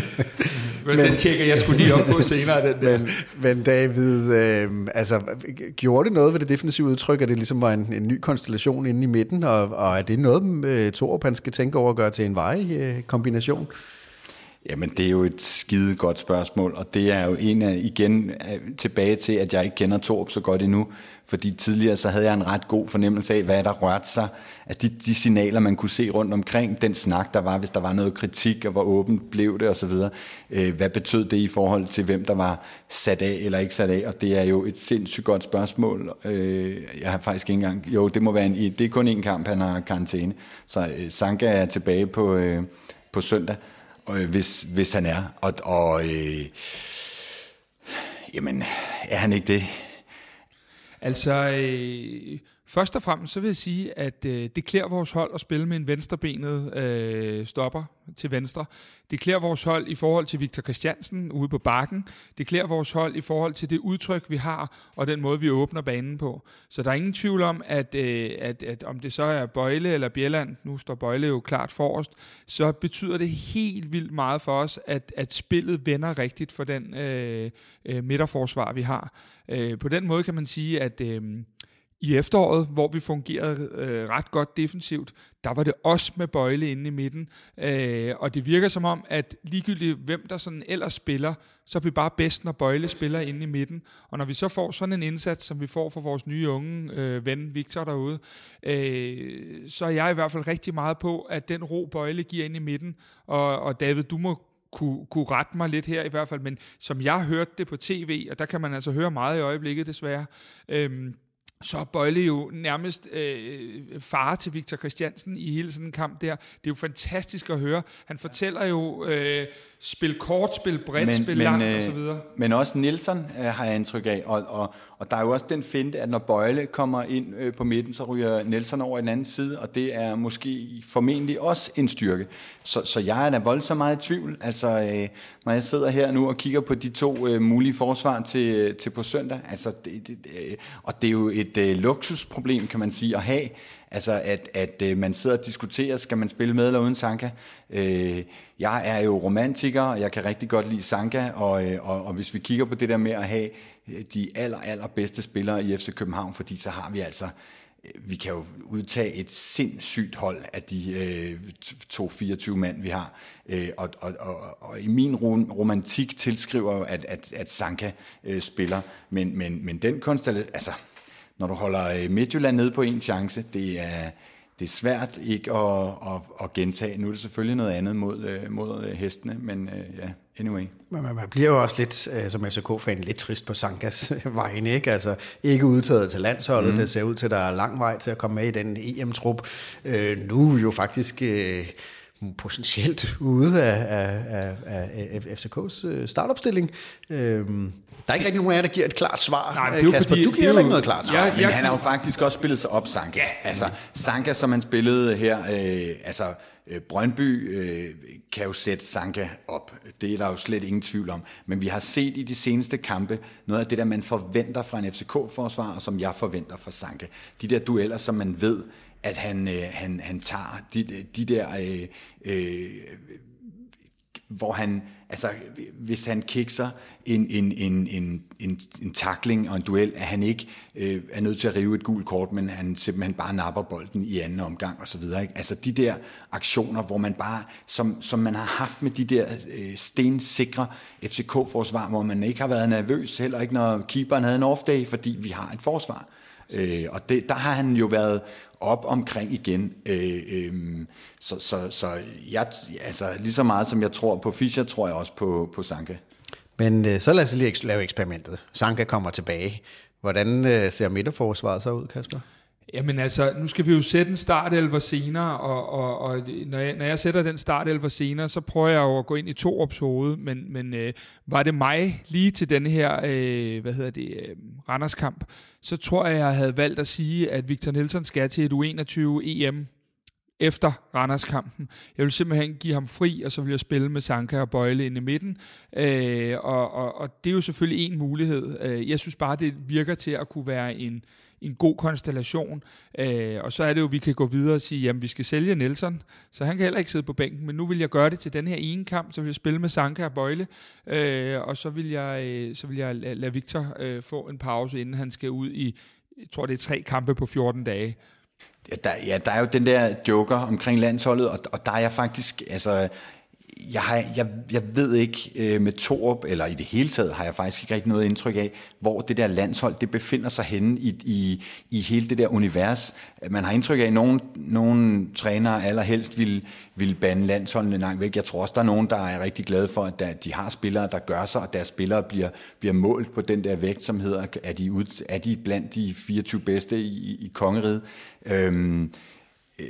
men, men den tjekker jeg skulle lige op på senere. Den der. Men, men David, øh, altså, gjorde det noget ved det defensive udtryk, at det ligesom var en, en ny konstellation inde i midten, og, og er det noget, øh, Torup han skal tænke over at gøre til en varig øh, kombination? Jamen, det er jo et skide godt spørgsmål, og det er jo en af, igen, tilbage til, at jeg ikke kender Torup så godt endnu, fordi tidligere så havde jeg en ret god fornemmelse af, hvad der rørte sig, altså de, de signaler, man kunne se rundt omkring, den snak, der var, hvis der var noget kritik, og hvor åbent blev det, osv. Hvad betød det i forhold til, hvem der var sat af eller ikke sat af, og det er jo et sindssygt godt spørgsmål. Jeg har faktisk ikke engang, jo, det må være en, det er kun en kamp, han har karantæne, så Sanka er tilbage på, på søndag, Hvis, hvis han er, og, og øh, jamen, er han ikke det? Altså, øh, først og fremmest så vil jeg sige, at øh, det klæder vores hold at spille med en venstrebenet øh, stopper til venstre. Det klæder vores hold i forhold til Victor Christiansen ude på bakken. Det klæder vores hold i forhold til det udtryk, vi har, og den måde, vi åbner banen på. Så der er ingen tvivl om, at, øh, at, at om det så er Bøjle eller Bjelland, nu står Bøjle jo klart forrest, så betyder det helt vildt meget for os, at, at spillet vender rigtigt for den øh, øh, midterforsvar, vi har. Øh, på den måde kan man sige, at... Øh, I efteråret, hvor vi fungerede øh, ret godt defensivt, der var det også med Bøjle inde i midten. Øh, og det virker som om, at ligegyldigt hvem der sådan ellers spiller, så bliver bare bedst, når Bøjle spiller inde i midten. Og når vi så får sådan en indsats, som vi får for vores nye unge øh, ven Victor derude, øh, så er jeg i hvert fald rigtig meget på, at den ro Bøjle giver ind i midten. Og, og David, du må kunne, kunne rette mig lidt her i hvert fald, men som jeg hørte det på tv, og der kan man altså høre meget i øjeblikket desværre, øh, så er Bøjle jo nærmest øh, far til Victor Christiansen i hele sådan en kamp der. Det er jo fantastisk at høre. Han fortæller jo, øh, spil kort, spil bredt, men, spil langt øh, og så videre. Men også Nielsen øh, har jeg indtryk af, og, og, og der er jo også den finte, at når Bøjle kommer ind øh, på midten, så ryger Nielsen over i den anden side, og det er måske formentlig også en styrke. Så, så jeg er da voldsomt meget i tvivl. Altså, øh, når jeg sidder her nu og kigger på de to øh, mulige forsvar til, til på søndag, altså, det, det, det, og det er jo et øh, luksusproblem, kan man sige, at have. Altså, at, at øh, man sidder og diskuterer, skal man spille med eller uden Sanka? Øh, jeg er jo romantiker, og jeg kan rigtig godt lide Sanka, og, øh, og, og hvis vi kigger på det der med at have de aller, aller bedste spillere i F C København, fordi så har vi altså vi kan jo udtage et sindssygt hold af de øh, to fireogtyve mand, vi har. Øh, og, og, og, og i min romantik tilskriver jo, at, at, at Sanka øh, spiller. Men, men, men den konstellation, altså, når du holder Midtjylland nede på en chance, det er, det er svært ikke at, at, at gentage. Nu er det selvfølgelig noget andet mod, mod hestene, men ja, anyway. Man, man bliver jo også lidt, øh, som F C K-fan, lidt trist på Sankas vegne, ikke? Altså, ikke udtaget til landsholdet. Mm. Det ser ud til, at der er lang vej til at komme med i den E M-trup. Øh, nu er vi jo faktisk øh, potentielt ude af, af, af, af F C K's startopstilling. Øh, Der er ikke rigtig nogen af jer, der giver et klart svar. Nej, det er jo Kasper, fordi, du giver heller ikke noget klart svar. Ja, men jeg, han har jo faktisk også spillet sig op, Sanka. Ja. Altså, Sanka, som han spillede her, øh, altså øh, Brøndby øh, kan jo sætte Sanka op. Det er der jo slet ingen tvivl om. Men vi har set i de seneste kampe noget af det, der man forventer fra en F C K-forsvar, og som jeg forventer fra Sanka. De der dueller, som man ved, at han, øh, han, han tager. De, de der... Øh, øh, hvor han, altså hvis han kikser en, en, en, en, en, en tackling og en duel, at han ikke øh, er nødt til at rive et gult kort, men han simpelthen bare napper bolden i anden omgang og så videre. Ikke? Altså de der aktioner, hvor man bare, som, som man har haft med de der øh, stensikre F C K-forsvar, hvor man ikke har været nervøs, heller ikke når keeperen havde en off-day, fordi vi har et forsvar. Øh, og det, der har han jo været op omkring igen. Øh, øh, så så, så jeg, altså, lige så meget som jeg tror på Fischer, tror jeg også på, på Sanka. Men øh, så lad os lige lave eksperimentet. Sanka kommer tilbage. Hvordan øh, ser midterforsvaret så ud, Kasper? Jamen altså, nu skal vi jo sætte en startelver senere, og, og, og når, jeg, når jeg sætter den startelver senere, så prøver jeg jo at gå ind i Torups hoved, men, men øh, var det mig lige til denne her, øh, hvad hedder det, øh, Randers-kamp, så tror jeg, jeg havde valgt at sige, at Victor Nelsson skal til et U enogtyve E M efter Randers-kampen. Jeg vil simpelthen give ham fri, og så vil jeg spille med Sanka og Bøjle inde i midten. Øh, og, og, og det er jo selvfølgelig en mulighed. Øh, jeg synes bare, det virker til at kunne være en en god konstellation, øh, og så er det jo, vi kan gå videre og sige, jamen vi skal sælge Nelson, så han kan heller ikke sidde på bænken, men nu vil jeg gøre det til den her ene kamp, så vil jeg spille med Sanka og Bøjle, øh, og så vil jeg, øh, så vil jeg lade, lade Victor øh, få en pause, inden han skal ud i, jeg tror det er tre kampe på fjorten dage. Ja, der, ja, der er jo den der joker omkring landsholdet, og, og der er jeg faktisk, altså, jeg, har, jeg, jeg ved ikke øh, med Torup, eller i det hele taget har jeg faktisk ikke rigtig noget indtryk af, hvor det der landshold, det befinder sig henne i, i, i hele det der univers. Man har indtryk af, at nogen, nogen trænere allerhelst vil, vil bande landsholdene langt væk. Jeg tror også, der er nogen, der er rigtig glade for, at der, de har spillere, der gør sig, og deres spillere bliver, bliver målt på den der vægt, som hedder, er de, ud, er de blandt de fireogtyve bedste i, i kongeriget. Øhm, øh,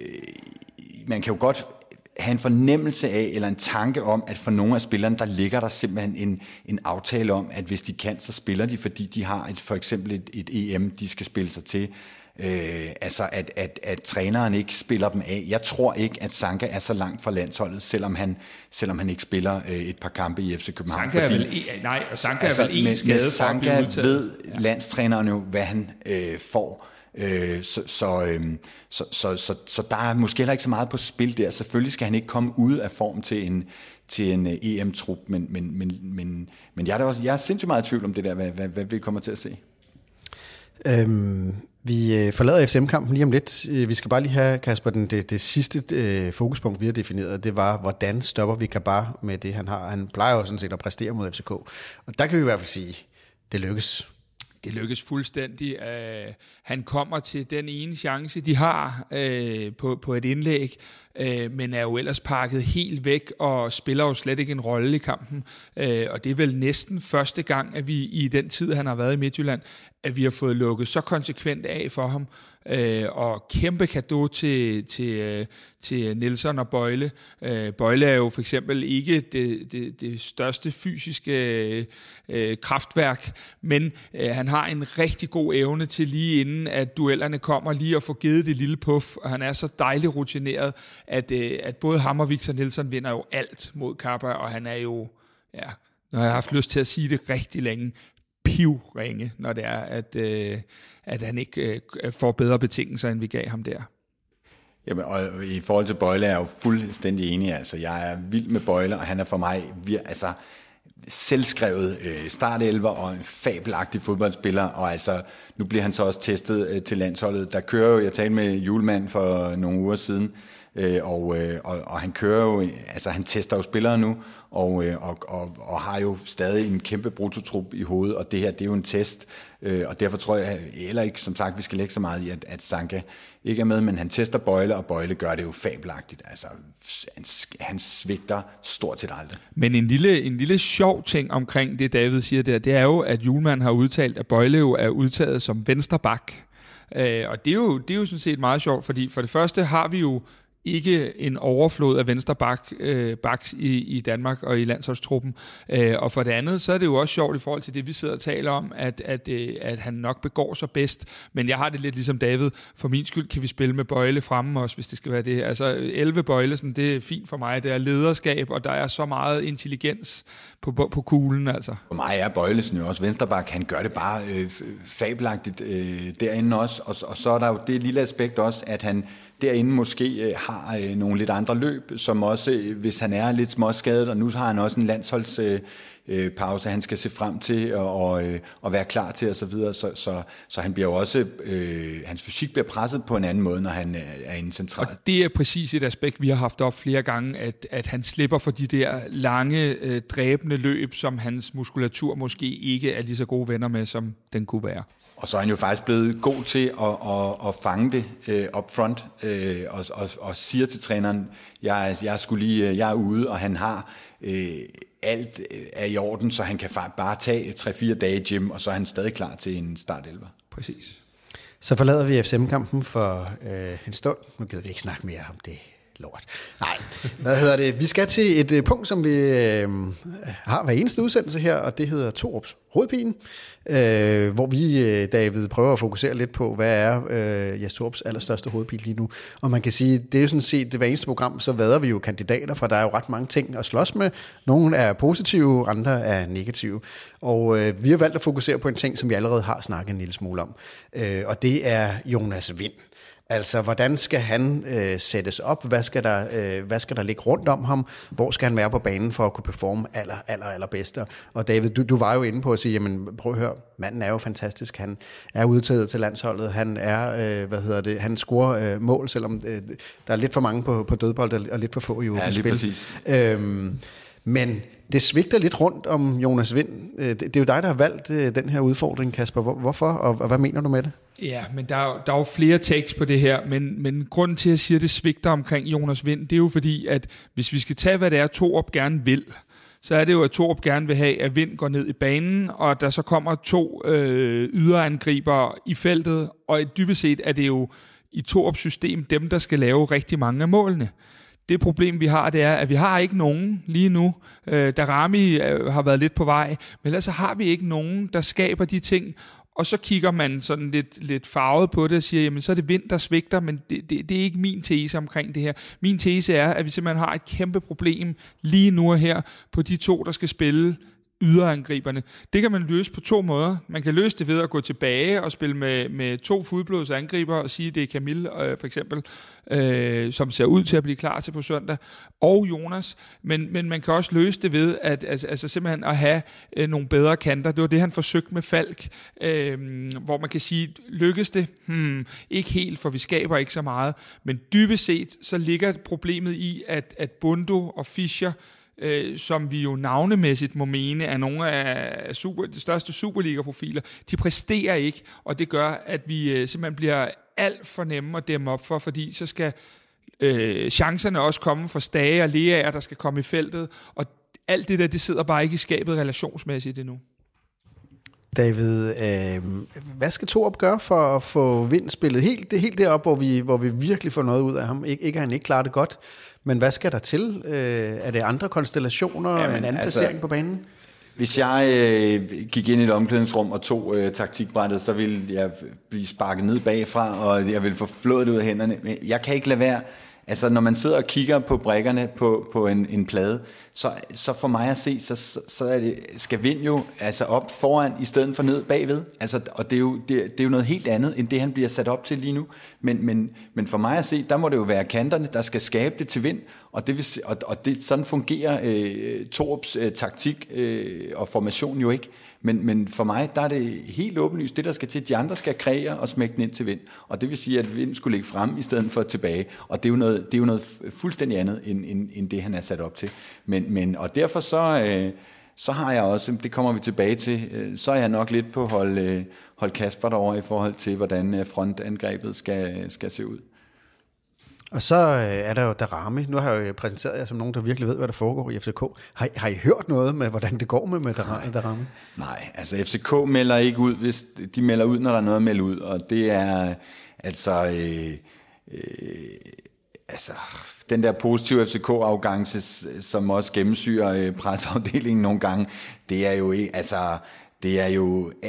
man kan jo godt have en fornemmelse af, eller en tanke om, at for nogle af spillerne, der ligger der simpelthen en, en aftale om, at hvis de kan, så spiller de, fordi de har et, for eksempel et, et E M, de skal spille sig til. Øh, altså, at, at, at træneren ikke spiller dem af. Jeg tror ikke, at Sanka er så langt fra landsholdet, selvom han, selvom han ikke spiller øh, et par kampe i F C København. Sanka fordi, er vel en, nej, Sanka altså, er vel en med, skade med for Sanka at blive ved ja. landstræneren jo, hvad han øh, får. Øh, så, så, øh, så, så, så, så der er måske heller ikke så meget på spil der. Selvfølgelig skal han ikke komme ud af form til en, til en E M-trup, men, men, men, men, men jeg, er også, jeg er sindssygt meget i tvivl om det der, hvad, hvad, hvad vi kommer til at se. Øhm, vi forlader F C M-kampen lige om lidt. Vi skal bare lige have, Kasper, den, det, det sidste øh, fokuspunkt, vi har defineret, det var, hvordan stopper vi Kabar med det, han har. Han plejer jo sådan set at præstere mod F C K. Og der kan vi i hvert fald sige, det lykkes. Det lykkes fuldstændig. Uh, han kommer til den ene chance, de har uh, på, på et indlæg, uh, men er jo ellers pakket helt væk og spiller jo slet ikke en rolle i kampen. Uh, og det er vel næsten første gang, at vi i den tid, han har været i Midtjylland, at vi har fået lukket så konsekvent af for ham. Øh, og kæmpe cadeau til, til, øh, til Nelsson og Bøjle. Øh, Bøjle er jo for eksempel ikke det, det, det største fysiske øh, kraftværk, men øh, han har en rigtig god evne til lige inden, at duellerne kommer, lige at få givet det lille puff, og han er så dejligt rutineret, at, øh, at både ham og Victor Nelsson vinder jo alt mod Kappa, og han er jo, ja, når jeg har haft lyst til at sige det rigtig længe, pivringe, når det er, at, øh, at han ikke øh, får bedre betingelser, end vi gav ham der. Jamen, og i forhold til Bøjle er jeg jo fuldstændig enig. Altså, jeg er vild med Bøjle, og han er for mig vir- altså, selvskrevet øh, startelver og en fabelagtig fodboldspiller, og altså, nu bliver han så også testet øh, til landsholdet. Der kører jo, jeg talte med Julemand for nogle uger siden, øh, og, øh, og, og han kører jo, altså han tester jo spillere nu, og, øh, og, og, og har jo stadig en kæmpe brutotrup i hovedet, og det her, det er jo en test, øh, og derfor tror jeg heller ikke, som sagt, vi skal lægge så meget i, at, at Sanka ikke er med, men han tester Bøjle, og Bøjle gør det jo fabelagtigt. Altså, han, han svigter stort set aldrig. Men en lille, en lille sjov ting omkring det, David siger der, det er jo, at Julemand har udtalt, at Bøjle jo er udtaget som venstre bak. Øh, og det er, jo, det er jo sådan set meget sjovt, fordi for det første har vi jo ikke en overflod af venstre bak, øh, baks i, i Danmark og i landsholdstruppen. Øh, og for det andet, så er det jo også sjovt i forhold til det, vi sidder og taler om, at, at, øh, at han nok begår sig bedst. Men jeg har det lidt ligesom David. For min skyld kan vi spille med Bøjle fremme også, hvis det skal være det. Altså elleve Bøjle, sådan, det er fint for mig. Det er lederskab, og der er så meget intelligens på, på, på kuglen. Altså. For mig er Bøjlesen jo også venstreback. Han gør det bare øh, fabelagtigt øh, derinde også. Og, og så er der jo det lille aspekt også, at han derinde måske øh, har øh, nogle lidt andre løb, som også, øh, hvis han er lidt småskadet, og nu har han også en landsholdspause, øh, pause, han skal se frem til og, og, øh, og være klar til osv., så, videre. så, så, så han bliver jo også, øh, hans fysik bliver presset på en anden måde, når han øh, er inde centralt. Og det er præcis et aspekt, vi har haft op flere gange, at, at han slipper for de der lange, øh, dræbende løb, som hans muskulatur måske ikke er lige så gode venner med, som den kunne være. Og så er han jo faktisk blevet god til at, at, at fange det øh, up front, øh, og, og, og siger til træneren, jeg, jeg, skulle lige, jeg er ude, og han har øh, alt er i orden, så han kan bare tage tre fire dage i gym, og så er han stadig klar til en startelver. Præcis. Så forlader vi F C M-kampen for øh, en stund. Nu gider vi ikke snakke mere om det lort. Nej, hvad hedder det? Vi skal til et øh, punkt, som vi øh, har hver eneste udsendelse her, og det hedder Thorups hovedpine, øh, hvor vi, øh, David, prøver at fokusere lidt på, hvad er øh, Jes Thorups allerstørste hovedpine lige nu. Og man kan sige, det er jo sådan set, det hver eneste program, så vader vi jo kandidater, for der er jo ret mange ting at slås med. Nogle er positive, andre er negative. Og øh, vi har valgt at fokusere på en ting, som vi allerede har snakket en lille smule om, øh, og det er Jonas Wind. Altså, hvordan skal han øh, sættes op? Hvad skal, der, øh, hvad skal der ligge rundt om ham? Hvor skal han være på banen for at kunne performe aller, aller, aller bedst? Og David, du, du var jo inde på at sige, jamen prøv at høre, manden er jo fantastisk. Han er udtaget til landsholdet. Han er, øh, hvad hedder det, han scorer øh, mål, selvom øh, der er lidt for mange på, på dødbold og lidt for få i åbent spil. Præcis. Øhm, men det svigter lidt rundt om Jonas Wind. Det, det er jo dig, der har valgt øh, den her udfordring, Kasper. Hvor, hvorfor, og, og hvad mener du med det? Ja, men der er, der er jo flere takes på det her, men, men grunden til, at jeg siger, at det svigter omkring Jonas Wind, det er jo fordi, at hvis vi skal tage, hvad det er, Thorup gerne vil, så er det jo, at Thorup gerne vil have, at Wind går ned i banen, og at der så kommer to øh, yderangriber i feltet, og dybest set er det jo i Thorups system dem, der skal lave rigtig mange af målene. Det problem, vi har, det er, at vi har ikke nogen lige nu. Øh, Darami øh, har været lidt på vej, men ellers så har vi ikke nogen, der skaber de ting. Og så kigger man sådan lidt, lidt farvet på det og siger, jamen så er det Wind, der svigter, men det, det, det er ikke min tese omkring det her. Min tese er, at vi simpelthen har et kæmpe problem lige nu og her på de to, der skal spille yderangriberne. Det kan man løse på to måder. Man kan løse det ved at gå tilbage og spille med, med to fuldblodsangriber og sige, det er Camille øh, for eksempel, øh, som ser ud til at blive klar til på søndag, og Jonas. Men, men man kan også løse det ved at altså, altså simpelthen at have øh, nogle bedre kanter. Det var det, han forsøgte med Falk, øh, hvor man kan sige, lykkes det? Hmm, ikke helt, for vi skaber ikke så meget. Men dybest set, så ligger problemet i, at, at Bundo og Fischer, Øh, som vi jo navnemæssigt må mene er nogle af super, de største Superliga-profiler, de præsterer ikke, og det gør, at vi øh, simpelthen bliver alt for nemme at dæmme op for, fordi så skal øh, chancerne også komme for Stage og Leaer, der skal komme i feltet, og alt det der, det sidder bare ikke i skabet relationsmæssigt endnu. David, øh, hvad skal Thorup gøre for at få Wind spillet helt, det, helt derop, hvor vi, hvor vi virkelig får noget ud af ham? Ik- ikke at han ikke klarer det godt, men hvad skal der til? Øh, er det andre konstellationer, ja, en anden altså, placering på banen? Hvis jeg øh, gik ind i et omklædningsrum og tog øh, taktikbrættet, så ville jeg blive sparket ned bagfra, og jeg ville få flået det ud af hænderne. Men jeg kan ikke lade være. Altså, når man sidder og kigger på brikkerne på, på en, en plade, så, så for mig at se, så, så er det, skal Wind jo altså op foran, i stedet for ned bagved. Altså, og det er, jo, det, det er jo noget helt andet, end det han bliver sat op til lige nu. Men, men, men for mig at se, der må det jo være kanterne, der skal skabe det til Wind, Og, det vil, og, og det, sådan fungerer øh, Torups øh, taktik øh, og formation jo ikke. Men, men for mig, der er det helt åbenlyst, det der skal til, de andre skal kreere og smække den ind til Vind. Og det vil sige, at Vind skulle ligge frem i stedet for tilbage. Og det er jo noget, det er jo noget fuldstændig andet, end, end, end det han er sat op til. Men, men, og derfor så, øh, så har jeg også, det kommer vi tilbage til, øh, så er jeg nok lidt på hold, øh, hold Kasper derovre i forhold til, hvordan frontangrebet skal, skal se ud. Og så er der jo Daramy. Nu har jeg jo præsenteret jer som nogen, der virkelig ved, hvad der foregår i F C K. Har, har I hørt noget med, hvordan det går med, med Daramy? Nej, altså F C K melder ikke ud, hvis de melder ud, når der er noget at melde ud. Og det er altså... Øh, øh, altså den der positive F C K-afgangse, som også gennemsyrer øh, presseafdelingen nogle gange, det er jo ikke... Altså, det er jo... Øh,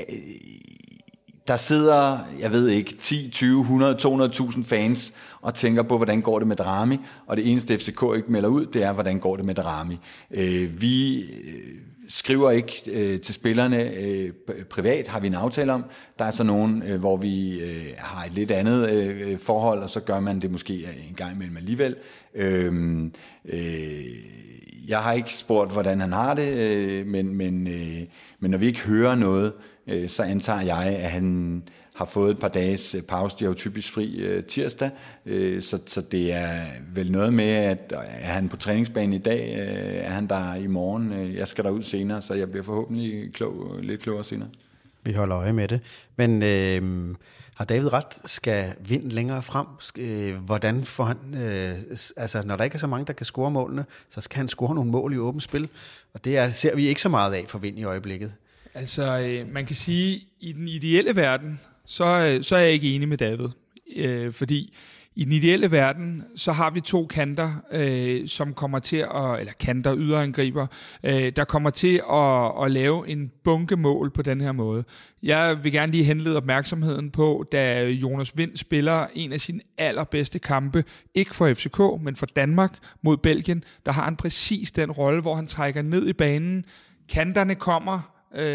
der sidder, jeg ved ikke, ti, tyve, hundrede, to hundrede tusind fans og tænker på, hvordan går det med Daramy, og det eneste F C K ikke melder ud, det er, hvordan går det med Daramy. Øh, vi skriver ikke øh, til spillerne øh, privat, har vi en aftale om. Der er så nogen, øh, hvor vi øh, har et lidt andet øh, forhold, og så gør man det måske en gang imellem alligevel. Øh, øh, jeg har ikke spurgt, hvordan han har det, øh, men, men, øh, men når vi ikke hører noget, øh, så antager jeg, at han har fået et par dages pause. De er jo typisk fri øh, tirsdag, øh, så, så det er vel noget med, at er han på træningsbanen i dag, øh, er han der i morgen. Øh, jeg skal derud senere, så jeg bliver forhåbentlig klog, lidt klogere senere. Vi holder øje med det. Men øh, har David ret? Skal Vind længere frem? Øh, hvordan får han... Øh, altså, når der ikke er så mange, der kan score målene, så skal han score nogle mål i åbent spil. Og det er, ser vi ikke så meget af for Vind i øjeblikket. Altså, øh, man kan sige, i den ideelle verden, så, så er jeg ikke enig med David. Øh, fordi i den ideelle verden, så har vi to kanter, øh, som kommer til at, eller kanter, yderangriber, øh, der kommer til at, at lave en bunke mål på den her måde. Jeg vil gerne lige henlede opmærksomheden på, da Jonas Vind spiller en af sine allerbedste kampe, ikke for F C K, men for Danmark mod Belgien, der har han præcis den rolle, hvor han trækker ned i banen, kanterne kommer,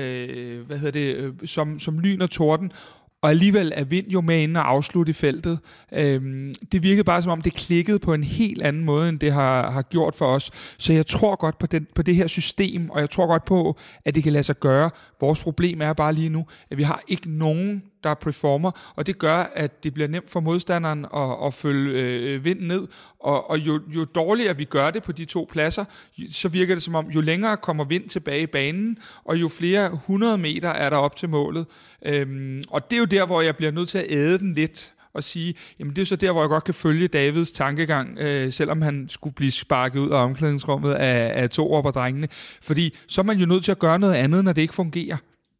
øh, hvad hedder det, øh, som, som lyn og torden, og alligevel er Vind jo med inde og afslutte i feltet. Øhm, det virkede bare som om, det klikkede på en helt anden måde, end det har, har gjort for os. Så jeg tror godt på, den, på det her system, og jeg tror godt på, at det kan lade sig gøre. Vores problem er bare lige nu, at vi har ikke nogen, der performer, og det gør, at det bliver nemt for modstanderen at, at følge øh, Vind ned, og, og jo, jo dårligere vi gør det på de to pladser, så virker det som om, jo længere kommer Vind tilbage i banen, og jo flere hundrede meter er der op til målet. Øhm, og det er jo der, hvor jeg bliver nødt til at æde den lidt, og sige, jamen det er så der, hvor jeg godt kan følge Davids tankegang, øh, selvom han skulle blive sparket ud af omklædningsrummet af, af to op drengene, fordi så er man jo nødt til at gøre noget andet, når det ikke fungerer.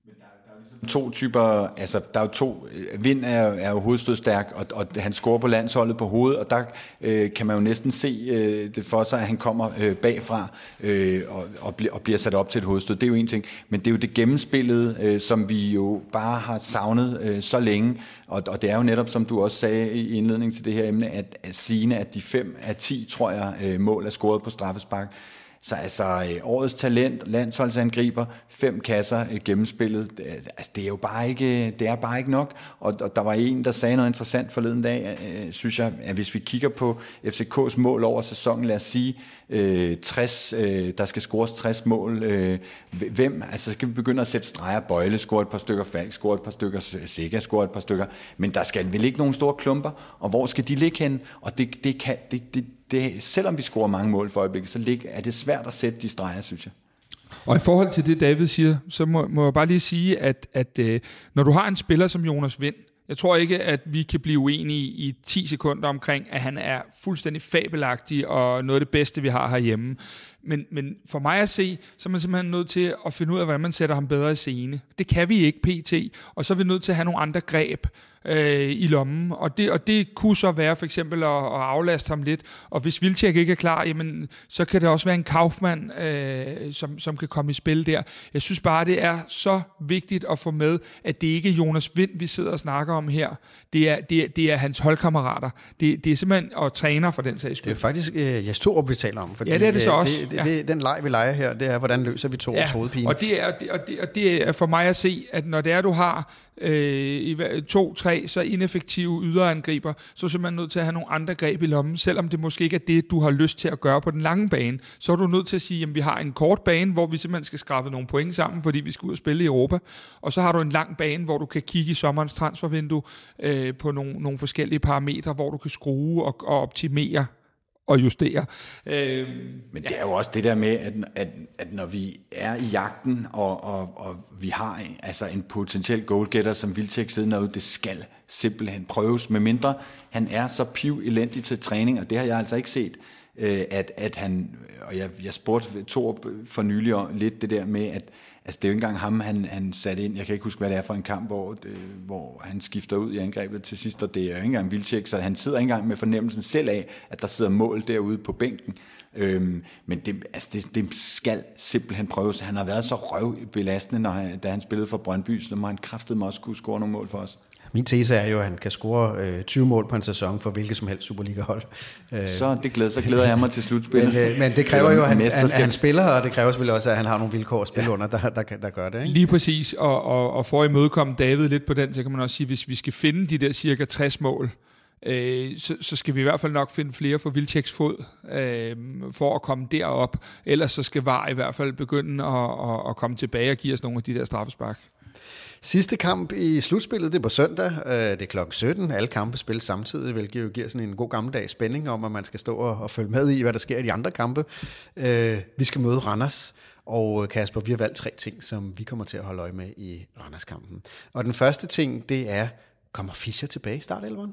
To typer, altså der er jo to, Vind er, er jo hovedstødstærk, og, og han scorer på landsholdet på hovedet, og der øh, kan man jo næsten se øh, det for sig, at han kommer øh, bagfra øh, og, og, bl- og bliver sat op til et hovedstød. Det er jo en ting, men det er jo det gennemspillede, øh, som vi jo bare har savnet øh, så længe, og, og det er jo netop, som du også sagde i indledning til det her emne, at, at Signe, at de fem af ti, tror jeg, øh, mål er scoret på straffespark. Så altså årets talent, landsholdsangriber, fem kasser øh, gennemspillet, altså det er jo bare ikke, det er bare ikke nok. Og, og der var en, der sagde noget interessant forleden dag, øh, synes jeg, at hvis vi kigger på F C K's mål over sæsonen, lad os sige øh, tres, øh, der skal scores tres mål. Øh, hvem? Altså skal vi begynde at sætte streger, Bøjle, score et par stykker, Falk, score et par stykker, Sega, score et par stykker, men der skal vel ikke nogen store klumper, og hvor skal de ligge hen? Og det, det kan, det, det Det, selvom vi scorer mange mål for øjeblikket, så er det svært at sætte de streger, synes jeg. Og i forhold til det, David siger, så må, må jeg bare lige sige, at, at øh, når du har en spiller som Jonas Vind, jeg tror ikke, at vi kan blive uenige i ti sekunder omkring, at han er fuldstændig fabelagtig og noget af det bedste, vi har herhjemme. Men, men for mig at se, så er man simpelthen nødt til at finde ud af, hvordan man sætter ham bedre i scene. Det kan vi ikke pt. Og så er vi nødt til at have nogle andre greb øh, i lommen. Og det, og det kunne så være for eksempel at, at aflaste ham lidt. Og hvis Wilczek ikke er klar, jamen, så kan det også være en Kaufmann, øh, som, som kan komme i spil der. Jeg synes bare, det er så vigtigt at få med, at det ikke er Jonas Vind, vi sidder og snakker om her. Det er, det er, det er hans holdkammerater. Det, det er simpelthen, og træner for den sags skyld. Det er faktisk øh, Jes Torup, vi taler om. Fordi, ja, det er det så også. Det, det, det, den leg, vi leger her, det er, hvordan løser vi Torups ja, hovedpine. Og det, er, og, det, og, det, og det er for mig at se, at når det er, du har øh, i to, tre, så ineffektive yderangriber, så er man nødt til at have nogle andre greb i lommen, selvom det måske ikke er det, du har lyst til at gøre på den lange bane. Så er du nødt til at sige, at vi har en kort bane, hvor vi simpelthen skal skrabe nogle point sammen, fordi vi skal ud og spille i Europa, og så har du en lang bane, hvor du kan kigge i sommerens transfervindue øh, på nogle, nogle forskellige parametre, hvor du kan skrue og, og optimere og justere. Øh, Men det er jo også det der med, at, at, at når vi er i jagten, og, og, og vi har altså en potentiel goalgetter som Wilczek siddende derude, det skal simpelthen prøves, med mindre han er så piv elendig til træning, og det har jeg altså ikke set, at, at han, og jeg, jeg spurgte Thor for nylig om lidt det der med, at altså det er jo ikke engang ham, han, han satte ind. Jeg kan ikke huske, hvad det er for en kamp, hvor, det, hvor han skifter ud i angrebet til sidst, og det er jo ikke engang Wilczek, så han sidder ikke engang med fornemmelsen selv af, at der sidder mål derude på bænken. Øhm, men det, altså det, det skal simpelthen prøves. Han har været så røvbelastende, når han, da han spillede for Brøndby, så må han kraftedeme også kunne score nogle mål for os. Min tese er jo, at han kan score øh, tyve mål på en sæson for hvilket som helst Superliga-hold. Øh, så, det glæder, så glæder jeg mig til slutspillet. Men, øh, men det kræver jo, at han, at han spiller, og det kræver selvfølgelig også, at han har nogle vilkår at spille ja. under, der, der, der gør det. Ikke? Lige præcis, og, og, og for at imødekomme David lidt på den, så kan man også sige, hvis vi skal finde de der cirka tres mål, øh, så, så skal vi i hvert fald nok finde flere for Wilczeks fod, øh, for at komme derop. Ellers så skal V A R i hvert fald begynde at, at, at komme tilbage og give os nogle af de der straffespark. Sidste kamp i slutspillet, det er på søndag. Det er klokken sytten. Alle kampe spilles samtidig, hvilket jo giver sådan en god gammeldags spænding om, at man skal stå og følge med i, hvad der sker i de andre kampe. Vi skal møde Randers, og Kasper, vi har valgt tre ting, som vi kommer til at holde øje med i Randers-kampen. Og den første ting, det er, kommer Fischer tilbage i startelveren?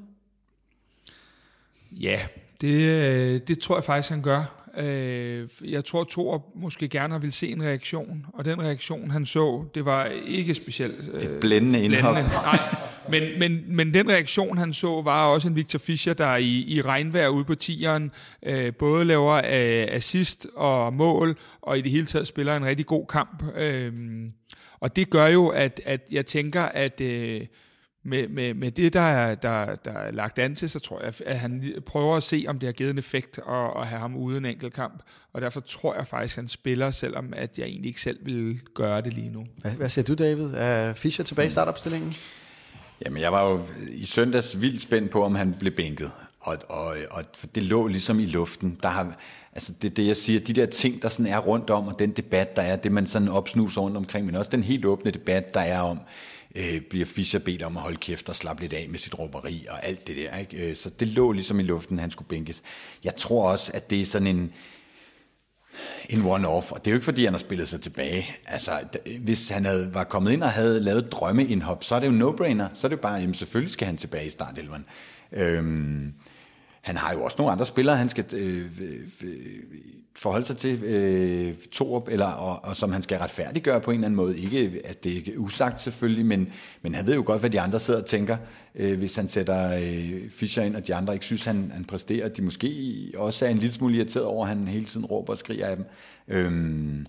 Ja, det, det tror jeg faktisk, han gør. Jeg tror, Thor måske gerne har ville se en reaktion, og den reaktion, han så, det var ikke specielt et blændende indhop. Nej, men, men, men den reaktion, han så, var også en Victor Fischer, der i, i regnvejr ude på tieren øh, både laver øh, assist og mål, og i det hele taget spiller en rigtig god kamp. Øh, og det gør jo, at, at jeg tænker, at øh, Med, med, med det, der er, der, der er lagt an til, så tror jeg, at han prøver at se, om det har givet en effekt at, at have ham ude en enkelt kamp. Og derfor tror jeg faktisk, at han spiller, selvom at jeg egentlig ikke selv vil gøre det lige nu. Hvad, hvad siger du, David? Er Fischer tilbage i startopstillingen? Jamen, jeg var jo i søndags vildt spændt på, om han blev bænket. Og, og, og det lå ligesom i luften. Der har, altså det, det, jeg siger, de der ting, der sådan er rundt om, og den debat, der er, det man sådan opsnuser rundt omkring, men også den helt åbne debat, der er om, Øh, bliver Fischer bedt om at holde kæft og slappe lidt af med sit råberi og alt det der, ikke? Så det lå ligesom i luften, han skulle bænkes. Jeg tror også, at det er sådan en en one-off, og det er jo ikke fordi, han har spillet sig tilbage. Altså, hvis han havde, var kommet ind og havde lavet drømmeindhop, så er det jo no-brainer. Så er det jo bare, jamen selvfølgelig skal han tilbage i startelveren. Øhm, han har jo også nogle andre spillere, han skal øh, øh, forholde sig til, øh, Torup, eller, og, og som han skal retfærdiggøre på en eller anden måde. Ikke, at det ikke er usagt selvfølgelig, men, men han ved jo godt, hvad de andre sidder og tænker, øh, hvis han sætter øh, Fischer ind, og de andre ikke synes, han, han præsterer. De måske også er en lille smule irriteret over, at han hele tiden råber og skriger af dem. Øhm,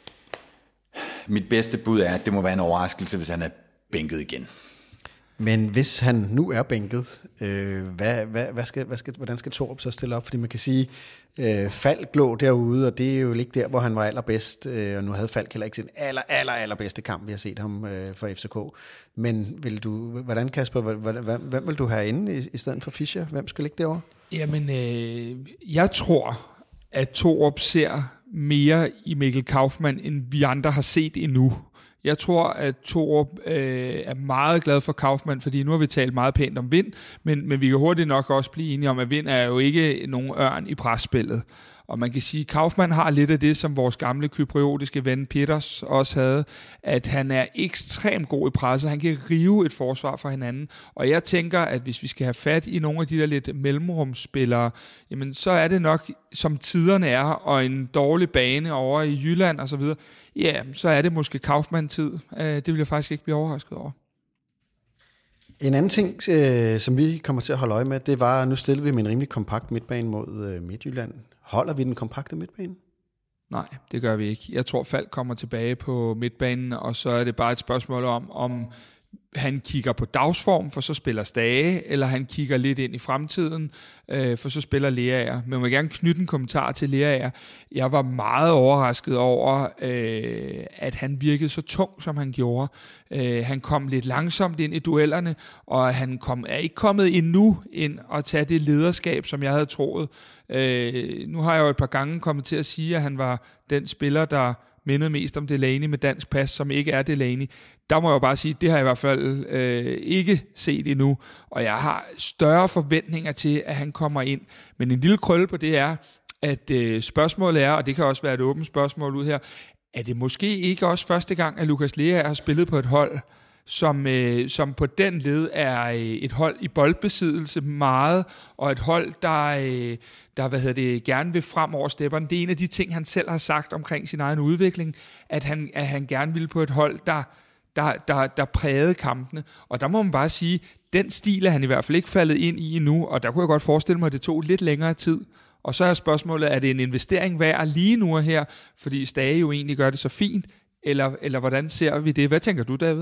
mit bedste bud er, at det må være en overraskelse, hvis han er bænket igen. Men hvis han nu er bænket, øh, hvad, hvad, hvad skal, hvad skal, hvordan skal Torup så stille op? Fordi man kan sige, øh, Falk lå derude, og det er jo ikke der, hvor han var allerbedst. Øh, og nu havde Falk heller ikke sin aller, aller, allerbedste kamp, vi har set ham øh, for F C K. Men vil du, hvordan, Kasper, hvem, hvem vil du have inde i, i stedet for Fischer? Hvem skal ligge derovre? Jamen, øh, jeg tror, at Torup ser mere i Mikkel Kaufmann, end vi andre har set endnu. Jeg tror, at Torup øh, er meget glad for Kaufmann, fordi nu har vi talt meget pænt om Vind, men, men vi kan hurtigt nok også blive enige om, at Vind er jo ikke nogen ørn i presspillet. Og man kan sige, at Kaufmann har lidt af det, som vores gamle kypriotiske ven Peters også havde, at han er ekstremt god i presset. Han kan rive et forsvar fra hinanden. Og jeg tænker, at hvis vi skal have fat i nogle af de der lidt mellemrumsspillere, jamen så er det nok, som tiderne er, og en dårlig bane over i Jylland og så videre, ja, så er det måske Kaufmann-tid. Det vil jeg faktisk ikke blive overrasket over. En anden ting, øh, som vi kommer til at holde øje med, det var, nu stiller vi med en rimelig kompakt midtbane mod øh, Midtjylland. Holder vi den kompakte midtbane? Nej, det gør vi ikke. Jeg tror, Falk kommer tilbage på midtbanen, og så er det bare et spørgsmål om, om han kigger på dagsform, for så spiller Stage, eller han kigger lidt ind i fremtiden, øh, for så spiller Leaer. Men jeg vil gerne knytte en kommentar til Leaer. Jeg var meget overrasket over, øh, at han virkede så tung, som han gjorde. Øh, han kom lidt langsomt ind i duellerne, og han kom, er ikke kommet endnu ind og tage det lederskab, som jeg havde troet. Øh, nu har jeg jo et par gange kommet til at sige, at han var den spiller, der mindede mest om Delaney med dansk pas, som ikke er Delaney. Der må jeg jo bare sige, det har jeg i hvert fald øh, ikke set endnu, og jeg har større forventninger til, at han kommer ind. Men en lille krølle på det er, at øh, spørgsmålet er, og det kan også være et åbent spørgsmål ud her, er det måske ikke også første gang, at Lukas Leaer har spillet på et hold, som, øh, som på den led er øh, et hold i boldbesiddelse meget, og et hold, der, øh, der hvad hedder det, gerne vil frem over stepperne. Det er en af de ting, han selv har sagt omkring sin egen udvikling, at han, at han gerne vil på et hold, der, der, der, der prægede kampene. Og der må man bare sige, den stil er han i hvert fald ikke faldet ind i endnu, og der kunne jeg godt forestille mig, at det tog lidt længere tid. Og så er spørgsmålet, er det en investering værd lige nu og her, fordi Stage jo egentlig gør det så fint, eller, eller hvordan ser vi det? Hvad tænker du, David?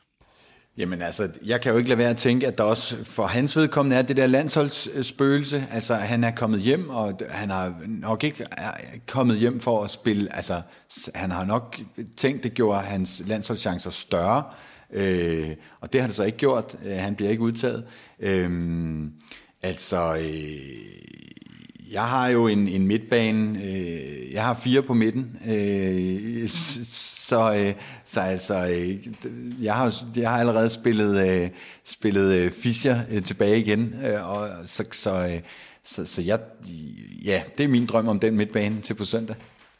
Jamen altså, jeg kan jo ikke lade være at tænke, at der også for hans vedkommende er det der landsholdsspøgelse. Altså, han er kommet hjem, og han har nok ikke kommet hjem for at spille. Altså, han har nok tænkt, det gjorde hans landsholdschancer større, øh, og det har det så ikke gjort. Han bliver ikke udtaget. Øh, altså... Øh, Jeg har jo en, en midtbane, øh, jeg har fire på midten, øh, så, øh, så altså, øh, jeg, har, jeg har allerede spillet, øh, spillet øh, Fischer øh, tilbage igen, øh, og så, så, øh, så, så jeg, ja, det er min drøm om den midtbane til på søndag.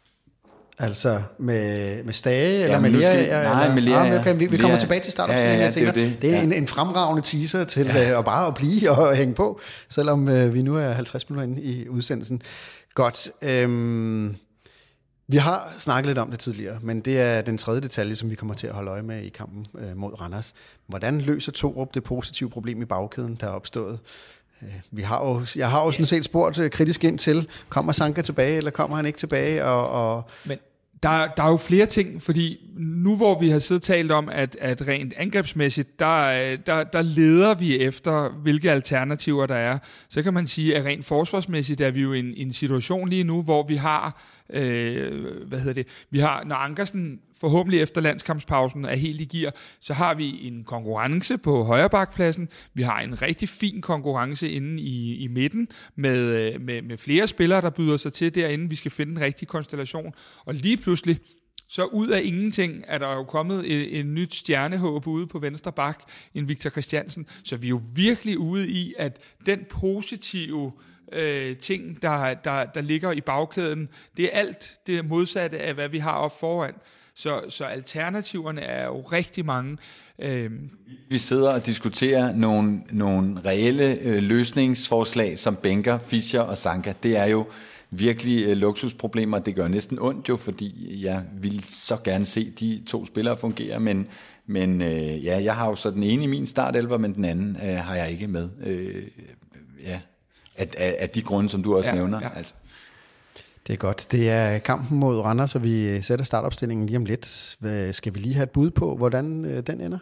Altså med, med Stage, ja, eller med Leaer? Leaer? Nej, med Leaer, ja. Okay, vi, vi kommer Leaer. tilbage til startopstillingen, ja, ja, jeg tænker. Det er, det. Det er ja. en, en fremragende teaser til ja. uh, at bare at blive og hænge på, selvom uh, vi nu er halvtreds minutter inde i udsendelsen. Godt. Øhm, vi har snakket lidt om det tidligere, men det er den tredje detalje, som vi kommer til at holde øje med i kampen uh, mod Randers. Hvordan løser Thorup det positive problem i bagkæden, der er opstået? Vi har jo, jeg har jo sådan set spurgt kritisk ind til, kommer Sanka tilbage, eller kommer han ikke tilbage? Og, og Men der, der er jo flere ting, fordi nu hvor vi har siddet og talt om, at, at rent angrebsmæssigt, der, der, der leder vi efter, hvilke alternativer der er, så kan man sige, at rent forsvarsmæssigt er vi jo i en, en situation lige nu, hvor vi har, øh, hvad hedder det, vi har, når Ankersen forhåbentlig efter landskampspausen er helt i gear, så har vi en konkurrence på højrebakpladsen. Vi har en rigtig fin konkurrence inde i, i midten med, med, med flere spillere, der byder sig til derinde. Vi skal finde en rigtig konstellation. Og lige pludselig, så ud af ingenting, er der jo kommet et, et nyt stjernehåb ude på venstre bak, en Victor Christiansen. Så vi er jo virkelig ude i, at den positive Øh, ting, der, der, der ligger i bagkæden, det er alt det modsatte af, hvad vi har op foran. Så, så alternativerne er jo rigtig mange. Øh. Vi sidder og diskuterer nogle, nogle reelle øh, løsningsforslag, som bænker, Fischer og Sanka. Det er jo virkelig øh, luksusproblemer. Det gør næsten ondt jo, fordi jeg vil så gerne se de to spillere fungere, men, men øh, ja, jeg har jo så den ene i min startelver, men den anden øh, har jeg ikke med. Øh, ja. Af, af, af de grunde, som du også ja, nævner. Ja. Altså. Det er godt. Det er kampen mod Randers, så vi sætter startopstillingen lige om lidt. Hvad, skal vi lige have et bud på, hvordan øh, den ender?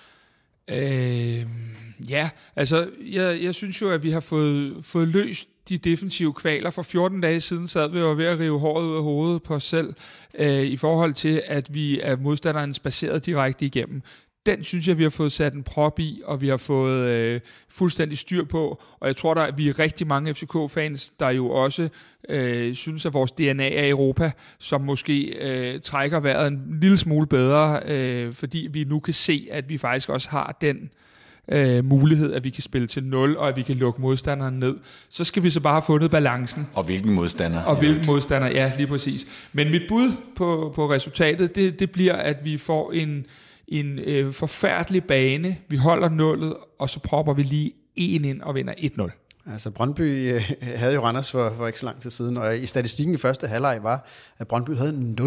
Øh, ja, altså jeg, jeg synes jo, at vi har fået, fået løst de defensive kvaler. For fjorten dage siden sad vi jo ved at rive håret ud af hovedet på os selv, øh, i forhold til, at vi er modstanderen spaceret direkte igennem. Den synes jeg, vi har fået sat en prop i, og vi har fået øh, fuldstændig styr på. Og jeg tror, der at vi er rigtig mange F C K-fans, der jo også øh, synes, at vores D N A er Europa, som måske øh, trækker vejret en lille smule bedre, øh, fordi vi nu kan se, at vi faktisk også har den øh, mulighed, at vi kan spille til nul, og at vi kan lukke modstanderen ned. Så skal vi så bare have fundet balancen. Og hvilken modstander. Og hvilken modstander, ja, lige præcis. Men mit bud på, på resultatet, det, det bliver, at vi får en... en øh, forfærdelig bane, vi holder nullet, og så propper vi lige en ind og vinder et nul. Altså Brøndby øh, havde jo Randers for, for ikke så lang tid siden, og i statistikken i første halvleg var, at Brøndby havde nul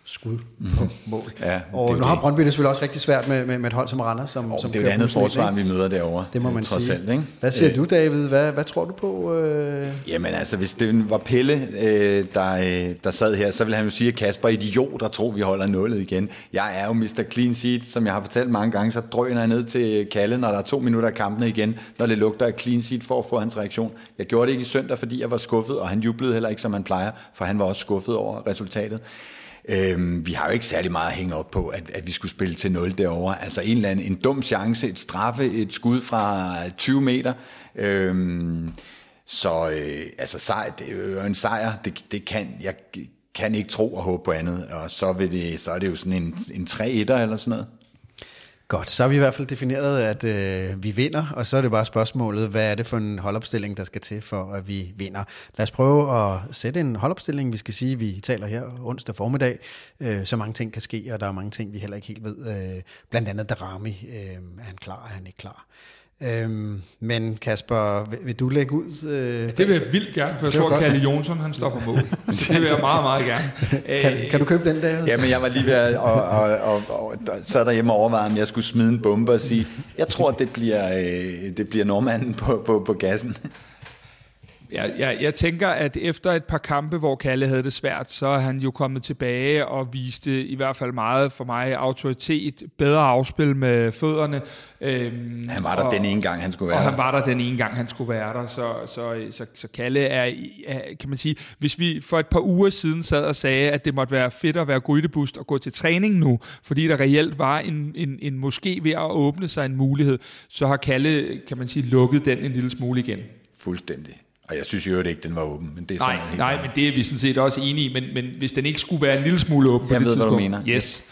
skud på mål. Ja, og nu har Brøndby det selvfølgelig også rigtig svært med, med, med et hold som Randers. Som, oh, som det er jo et andet forsvar, vi møder derovre. Det må man trods sige. Alt, ikke? Hvad siger øh, du, David? Hvad, hvad tror du på? Øh... Jamen altså, hvis det var Pelle, øh, der, øh, der sad her, så ville han jo sige, at Kasper er idiot, der tror, vi holder nullet igen. Jeg er jo mister Clean Sheet, som jeg har fortalt mange gange, så drøner jeg ned til Kalle, når der er to minutter af kampene igen, når det lugter af Clean Sheet for at få hans reaktion. Jeg gjorde det ikke i søndag, fordi jeg var skuffet, og han jublede heller ikke, som han plejer, for han var også skuffet over resultatet. Øhm, vi har jo ikke særlig meget at hænge op på, at, at vi skulle spille til nul derovre. Altså en eller anden en dum chance, et straffe, et skud fra tyve meter. Øhm, så øh, altså sejr, det er jo en sejr, det, det kan jeg kan ikke tro og håbe på andet. Og så, vil det, så er det jo sådan en, en tre-etter eller sådan noget. Godt, så har vi i hvert fald defineret, at øh, vi vinder, og så er det bare spørgsmålet, hvad er det for en holdopstilling, der skal til for, at vi vinder. Lad os prøve at sætte en holdopstilling. Vi skal sige, at vi taler her onsdag formiddag, øh, så mange ting kan ske, og der er mange ting, vi heller ikke helt ved. Øh, blandt andet Darami, øh, er han klar, er han ikke klar? Øhm, men Kasper, vil, vil du lægge ud? Øh, ja, det vil jeg vildt gerne, for jeg tror, at Kalle Jonsson, han står på mål. Det vil jeg meget, meget gerne. Kan, kan du købe den der? Jamen, jeg var lige ved at og, og, og, og, så derhjemme og overveje, om jeg skulle smide en bombe og sige, jeg tror, det bliver, øh, det bliver nordmanden på, på, på gassen. Jeg, jeg, jeg tænker, at efter et par kampe, hvor Kalle havde det svært, så er han jo kommet tilbage og viste i hvert fald meget for mig autoritet, bedre afspil med fødderne. Øhm, han var der og, den ene gang, han skulle være og der. Og han var der den ene gang, han skulle være der. Så, så, så, så Kalle er, kan man sige, hvis vi for et par uger siden sad og sagde, at det måtte være fedt at være grydebust og gå til træning nu, fordi der reelt var en, en, en måske ved at åbne sig en mulighed, så har Kalle, kan man sige, lukket den en lille smule igen. Fuldstændig. Og jeg synes jo ikke, den var åben. Men det er nej, sådan, nej, men det er vi sådan set også enige i. Men, men hvis den ikke skulle være en lille smule åben på jeg det ved, tidspunkt. Hvad du mener. Yes.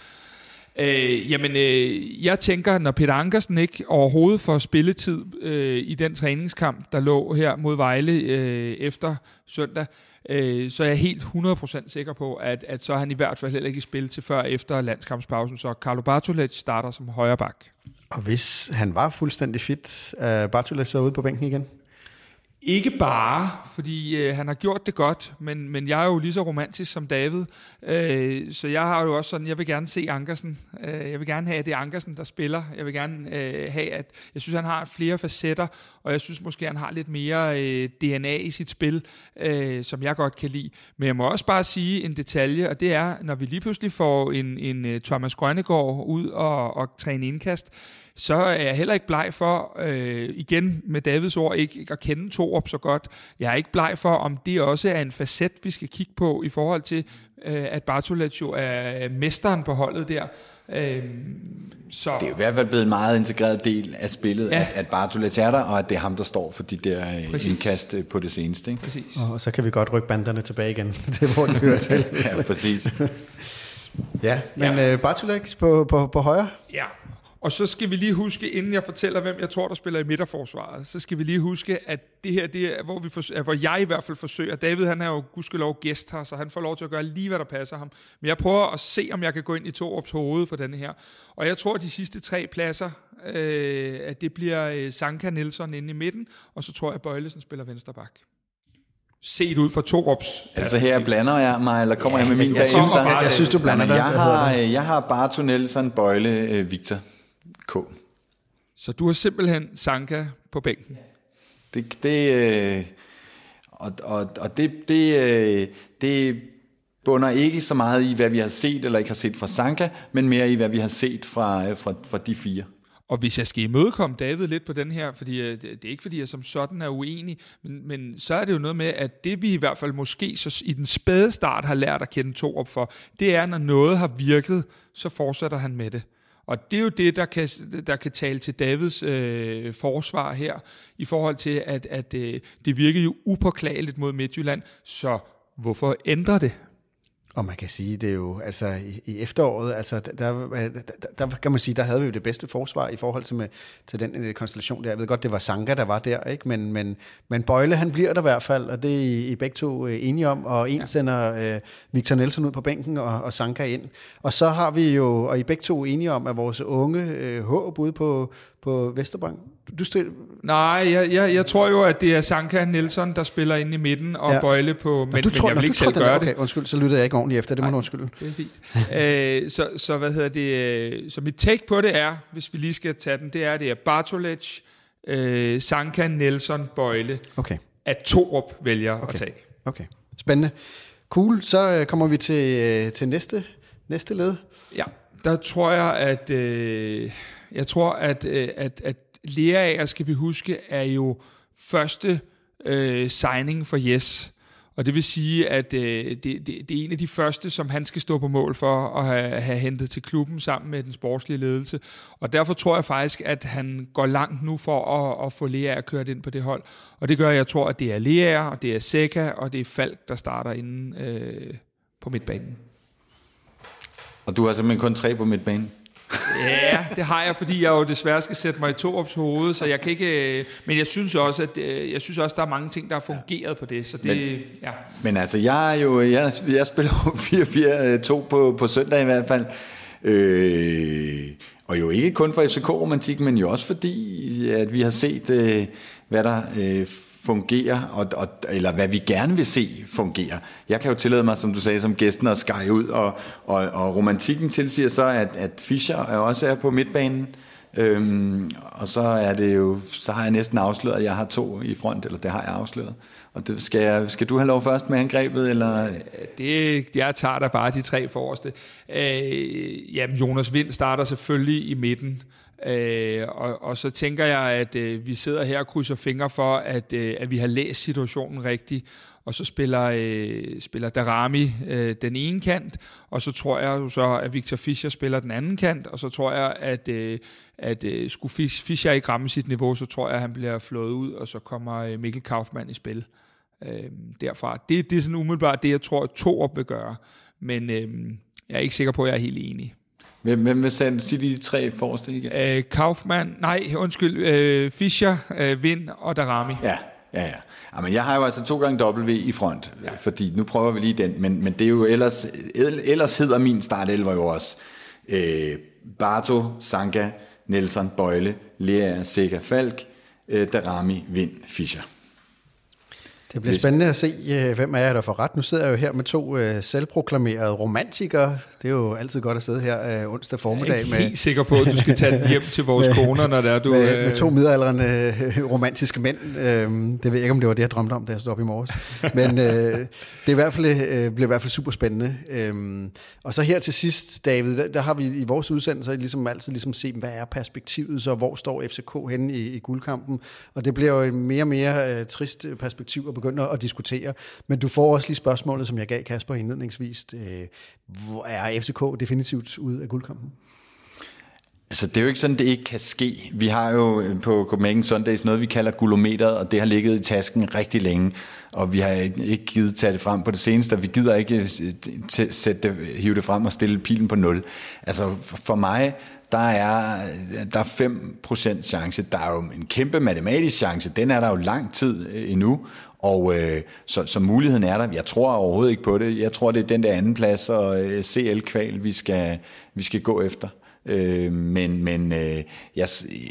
Øh, jamen, øh, jeg tænker, når Peter Ankersen ikke overhovedet får spilletid øh, i den træningskamp, der lå her mod Vejle øh, efter søndag, øh, så er jeg helt hundrede procent sikker på, at, at så er han i hvert fald heller ikke i spil til før efter landskampspausen. Så Carlo Bartolec starter som højre bak. Og hvis han var fuldstændig fit, er Bartolec så ude på bænken igen? Ikke bare, fordi øh, han har gjort det godt, men, men jeg er jo lige så romantisk som David, øh, så jeg har jo også sådan, jeg vil gerne se Ankersen, øh, jeg vil gerne have, at det er Ankersen, der spiller, jeg vil gerne øh, have, at jeg synes, han har flere facetter, og jeg synes måske, han har lidt mere øh, D N A i sit spil, øh, som jeg godt kan lide, men jeg må også bare sige en detalje, og det er, når vi lige pludselig får en, en Thomas Grønnegård ud og, og træne indkast, så er jeg heller ikke bleg for, øh, igen med Davids ord, ikke at kende Torup så godt. Jeg er ikke bleg for, om det også er en facet, vi skal kigge på i forhold til, øh, at Bartolec jo er mesteren på holdet der. Øh, så. Det er jo i hvert fald blevet en meget integreret del af spillet, ja. at, at Bartolec er der, og at det er ham, der står for de der præcis. indkast på det seneste. Ikke? Præcis. Og så kan vi godt rykke banderne tilbage igen til, hvor de hører til. Ja, præcis. Ja, men ja. Øh, Bartolec på, på, på højre? Ja. Og så skal vi lige huske, inden jeg fortæller, hvem jeg tror, der spiller i midterforsvaret, så skal vi lige huske, at det her, det er, hvor, vi for, hvor jeg i hvert fald forsøger. David, han er jo gudskelov gæst her, så han får lov til at gøre lige, hvad der passer ham. Men jeg prøver at se, om jeg kan gå ind i Torups hoved på denne her. Og jeg tror, at de sidste tre pladser, øh, at det bliver øh, Sanka Nielsen inde i midten, og så tror jeg, at Bøjlesen spiller vensterbak. Set ud fra Torups. Altså her blander jeg mig, eller kommer ja, jeg med min jeg, synes, jeg, jeg synes, du blander dig. Jeg har, jeg har Barto Nielsen, Bøjle, Victor K. Så du har simpelthen Sanka på bænken? Det, det, øh, og, og, og det, det, øh, det bunder ikke så meget i, hvad vi har set eller ikke har set fra Sanka, men mere i, hvad vi har set fra, fra, fra de fire. Og hvis jeg skal imødekomme David lidt på den her, fordi øh, det er ikke fordi, jeg som sådan er uenig, men, men så er det jo noget med, at det vi i hvert fald måske så i den spæde start har lært at kende Torup for, det er, når noget har virket, så fortsætter han med det. Og det er jo det, der kan, der kan tale til Davids øh, forsvar her, i forhold til, at, at øh, det virkede jo upåklageligt mod Midtjylland, så hvorfor ændre det? Og man kan sige, det er jo, altså i, i efteråret, altså der, der, der kan man sige, der havde vi jo det bedste forsvar i forhold til, med, til den uh, konstellation der. Jeg ved godt, det var Sanka, der var der, ikke? Men, men, men Bøjle, han bliver der i hvert fald, og det er I, I begge to uh, enige om, og en ja. sender uh, Victor Nielsen ud på bænken, og, og Sanka ind. Og så har vi jo, og I begge to enige om, at vores unge uh, håb ude på, på Vesterbro, Du stiller... Nej, jeg, jeg, jeg tror jo, at det er Sanka Nielsen, der spiller inde i midten, og ja. Bøjle på... Men, du tror, men jeg vil ikke selv tror, gøre okay, det. Undskyld, så lyttede jeg ikke ordentligt efter. Det må du undskylde. Det er fint. Æ, så, så hvad hedder det... Så mit take på det er, hvis vi lige skal tage den, det er, det er Bartolec, øh, Sanka, Nielsen, Bøjle. Okay. At Thorup vælger okay. at tage. Okay, spændende. Cool, så kommer vi til, til næste, næste led. Ja, der tror jeg, at... Øh, jeg tror, at, at, at Leaer, skal vi huske, er jo første øh, signing for Jes. Og det vil sige, at øh, det, det, det er en af de første, som han skal stå på mål for at have, have hentet til klubben sammen med den sportslige ledelse. Og derfor tror jeg faktisk, at han går langt nu for at, at få Leaer kørt ind på det hold. Og det gør, jeg tror, at det er Leaer, og det er Seca, og det er Falk, der starter inde øh, på midtbanen. Og du har simpelthen kun tre på midtbanen? Ja, det har jeg, fordi jeg jo desværre skal sætte mig i Thorups hoved, så jeg kan ikke... Men jeg synes også, at jeg synes også, der er mange ting, der har fungeret på det, så det... Men, ja. men altså, jeg er jo... Jeg, jeg spiller jo fire fire to på, på søndag i hvert fald. Øh, og jo ikke kun for F C K-romantik, men jo også fordi, at vi har set, øh, hvad der... Øh, fungerer, og, og, eller hvad vi gerne vil se fungere. Jeg kan jo tillade mig, som du sagde, som gæsten at skære ud, og, og, og romantikken tilsiger så, at, at Fischer også er på midtbanen, øhm, og så er det jo, så har jeg næsten afsløret, at jeg har to i front, eller det har jeg afsløret. Og det, skal, jeg, skal du have lov først med angrebet, eller? Det, jeg tager da bare de tre forreste. Øh, jamen, Jonas Vind starter selvfølgelig i midten. Øh, og, og så tænker jeg, at øh, vi sidder her og krydser fingre for, at, øh, at vi har læst situationen rigtigt, og så spiller, øh, spiller Darami øh, den ene kant, og så tror jeg så, at Victor Fischer spiller den anden kant, og så tror jeg, at, øh, at øh, skulle Fischer ikke ramme sit niveau, så tror jeg, at han bliver flået ud, og så kommer øh, Mikkel Kaufmann i spil øh, derfra. Det, det er sådan umiddelbart det, jeg tror, at Thorup vil gøre, men øh, jeg er ikke sikker på, at jeg er helt enig. Hvem, hvem vil sige de tre forreste igen? Øh, Kaufmann, nej, undskyld, øh, Fischer, øh, Vind og Darami. Ja, ja, ja. Jamen, jeg har jo altså to gange W i front, ja. Fordi nu prøver vi lige den, men, men det er jo ellers, ellers hedder min startelver jo også øh, Barto, Sanka, Nielsen, Bøjle, Leaer, Seca, Falk, øh, Darami, Vind, Fischer. Det bliver spændende at se, hvem er jeg, der får ret. Nu sidder jeg jo her med to uh, selvproklamerede romantikere. Det er jo altid godt at sidde her uh, onsdag formiddag. Jeg er med, helt sikker på, at du skal tage den hjem til vores koner, når der er du... Med, med to midaldrende uh, romantiske mænd. Uh, det ved jeg ikke, om det var det, jeg drømte om, da jeg stod op i morges. Men uh, det er i hvert fald, uh, bliver i hvert fald super spændende. Uh, og så her til sidst, David, der, der har vi i vores udsendelser ligesom altid ligesom set, hvad er perspektivet, så hvor står F C K henne i, i guldkampen. Og det bliver jo et mere og mere uh, trist perspektiv at begynde at diskutere. Men du får også lige spørgsmålet, som jeg gav Kasper indledningsvis. Hvor er F C K definitivt ude af guldkampen? Altså, det er jo ikke sådan, det ikke kan ske. Vi har jo på Copenhagen Sundays noget, vi kalder gulometeret, og det har ligget i tasken rigtig længe, og vi har ikke givet tage det frem på det seneste, vi gider ikke sætte det, hive det frem og stille pilen på nul. Altså, for mig, der er, der er fem procent chance. Der er jo en kæmpe matematisk chance. Den er der jo lang tid endnu, og øh, så, så muligheden er der. Jeg tror overhovedet ikke på det. Jeg tror, det er den der anden plads og øh, C L-kval, vi skal, vi skal gå efter. Øh, men men øh, jeg,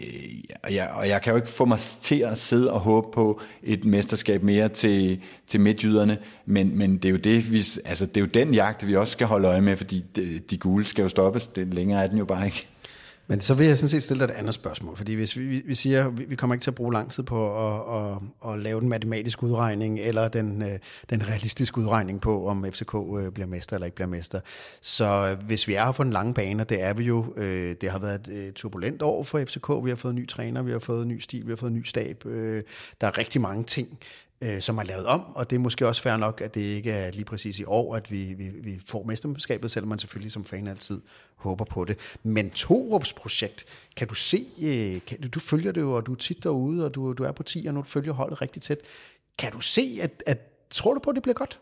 jeg, og jeg kan jo ikke få mig til at sidde og håbe på et mesterskab mere til, til midtjyderne, men, men det er jo det, vi, altså, det er jo den jagt, vi også skal holde øje med, fordi de, de gule skal jo stoppes. Det, længere er den jo bare ikke. Men så vil jeg sådan set stille dig et andet spørgsmål, fordi hvis vi, vi siger, vi kommer ikke til at bruge lang tid på at, at, at lave den matematiske udregning, eller den, den realistiske udregning på, om F C K bliver mester eller ikke bliver mester. Så hvis vi er her på den lange bane, og det er vi jo, det har været et turbulent år for F C K, vi har fået en ny træner, vi har fået en ny stil, vi har fået en ny stab, der er rigtig mange ting, som er lavet om, og det er måske også fair nok, at det ikke er lige præcis i år, at vi, vi, vi får mesterskabet, selvom man selvfølgelig som fan altid håber på det. Men Thorups projekt, kan du se, kan, du følger det jo, og du er tit derude, og du, du er på ti, og nu følger holdet rigtig tæt. Kan du se, at, at tror du på, at det bliver godt?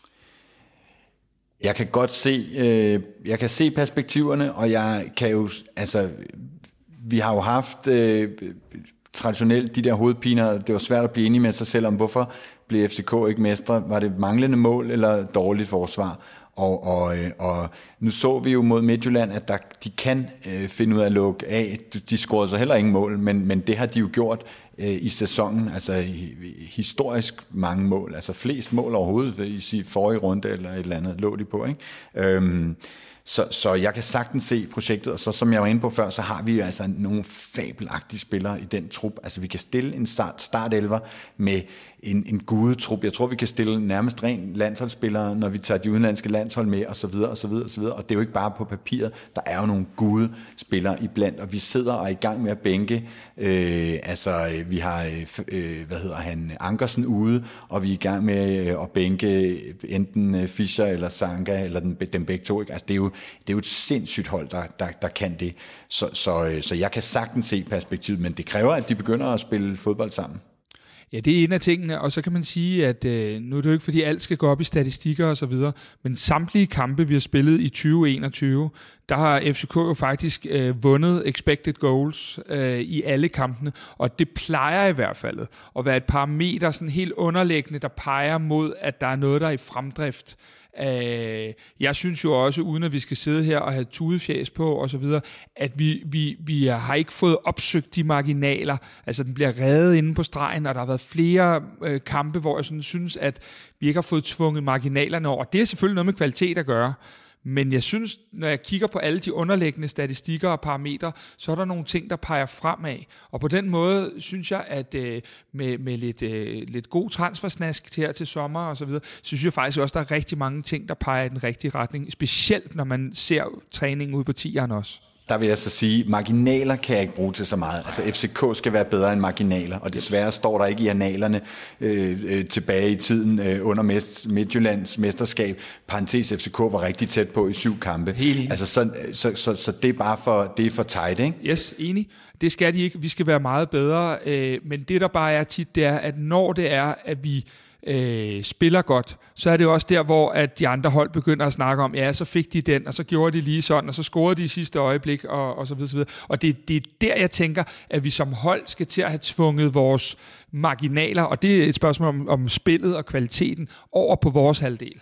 Jeg kan godt se, øh, jeg kan se perspektiverne, og jeg kan jo, altså, vi har jo haft øh, traditionelt de der hovedpiner, det var svært at blive enig med sig selv om, hvorfor blev F C K ikke mestre? Var det manglende mål eller dårligt forsvar? Og, og, og nu så vi jo mod Midtjylland, at der, de kan øh, finde ud af at lukke af. De scorede så heller ingen mål, men, men det har de jo gjort øh, i sæsonen. Altså historisk mange mål, altså flest mål overhovedet i sin forrige runde eller et eller andet, lå de på, ikke? Øhm, Så, så jeg kan sagtens se projektet, og så som jeg var inde på før, så har vi jo altså nogle fabelagtige spillere i den trup. Altså vi kan stille en start, startelver med en, en gudetrup. Jeg tror, vi kan stille nærmest ren landsholdsspillere, når vi tager de udenlandske landshold med, og så videre, og så videre, og så videre. Og det er jo ikke bare på papiret. Der er jo nogle gudespillere iblandt, og vi sidder og er i gang med at bænke. Øh, altså vi har, øh, hvad hedder han, Ankersen ude, og vi er i gang med at bænke enten Fischer eller Sanka, eller den, den begge to. Ikke? Altså det er jo Det er jo et sindssygt hold, der, der, der kan det. Så, så, så jeg kan sagtens se perspektivet, men det kræver, at de begynder at spille fodbold sammen. Ja, det er en af tingene, og så kan man sige, at øh, nu er det jo ikke, fordi alt skal gå op i statistikker og så videre, men samtlige kampe, vi har spillet i tyve enogtyve, der har F C K jo faktisk øh, vundet expected goals øh, i alle kampene, og det plejer i hvert fald at være et parameter sådan helt underliggende, der peger mod, at der er noget, der er i fremdrift. Uh, jeg synes jo også, uden at vi skal sidde her og have tudefjæs på og så videre, at vi, vi, vi har ikke fået opsøgt de marginaler. Altså den bliver reddet inde på stregen, og der har været flere uh, kampe, hvor jeg sådan synes, at vi ikke har fået tvunget marginalerne over. Det er selvfølgelig noget med kvalitet at gøre. Men jeg synes, når jeg kigger på alle de underliggende statistikker og parametre, så er der nogle ting, der peger fremad. Og på den måde synes jeg, at øh, med, med lidt, øh, lidt god transfersnask til her til sommer og så videre, så synes jeg faktisk også, at der er rigtig mange ting, der peger i den rigtige retning. Specielt når man ser træningen ude på tieren også. Der vil jeg så sige, marginaler kan jeg ikke bruge til så meget. Altså F C K skal være bedre end marginaler, og desværre står der ikke i analerne øh, øh, tilbage i tiden øh, under Mest, Midtjyllands mesterskab. Parentes F C K var rigtig tæt på i syv kampe. Helt altså så, så, så, så det er bare for, det er for tight, ikke? Yes, enig. Det skal de ikke. Vi skal være meget bedre. Øh, men det der bare er tit, det er, at når det er, at vi Øh, spiller godt, så er det jo også der, hvor at de andre hold begynder at snakke om, ja, så fik de den, og så gjorde de lige sådan, og så scorede de i sidste øjeblik, og, og så videre, så videre. Og det, det er der, jeg tænker, at vi som hold skal til at have tvunget vores marginaler, og det er et spørgsmål om, om spillet og kvaliteten, over på vores halvdel.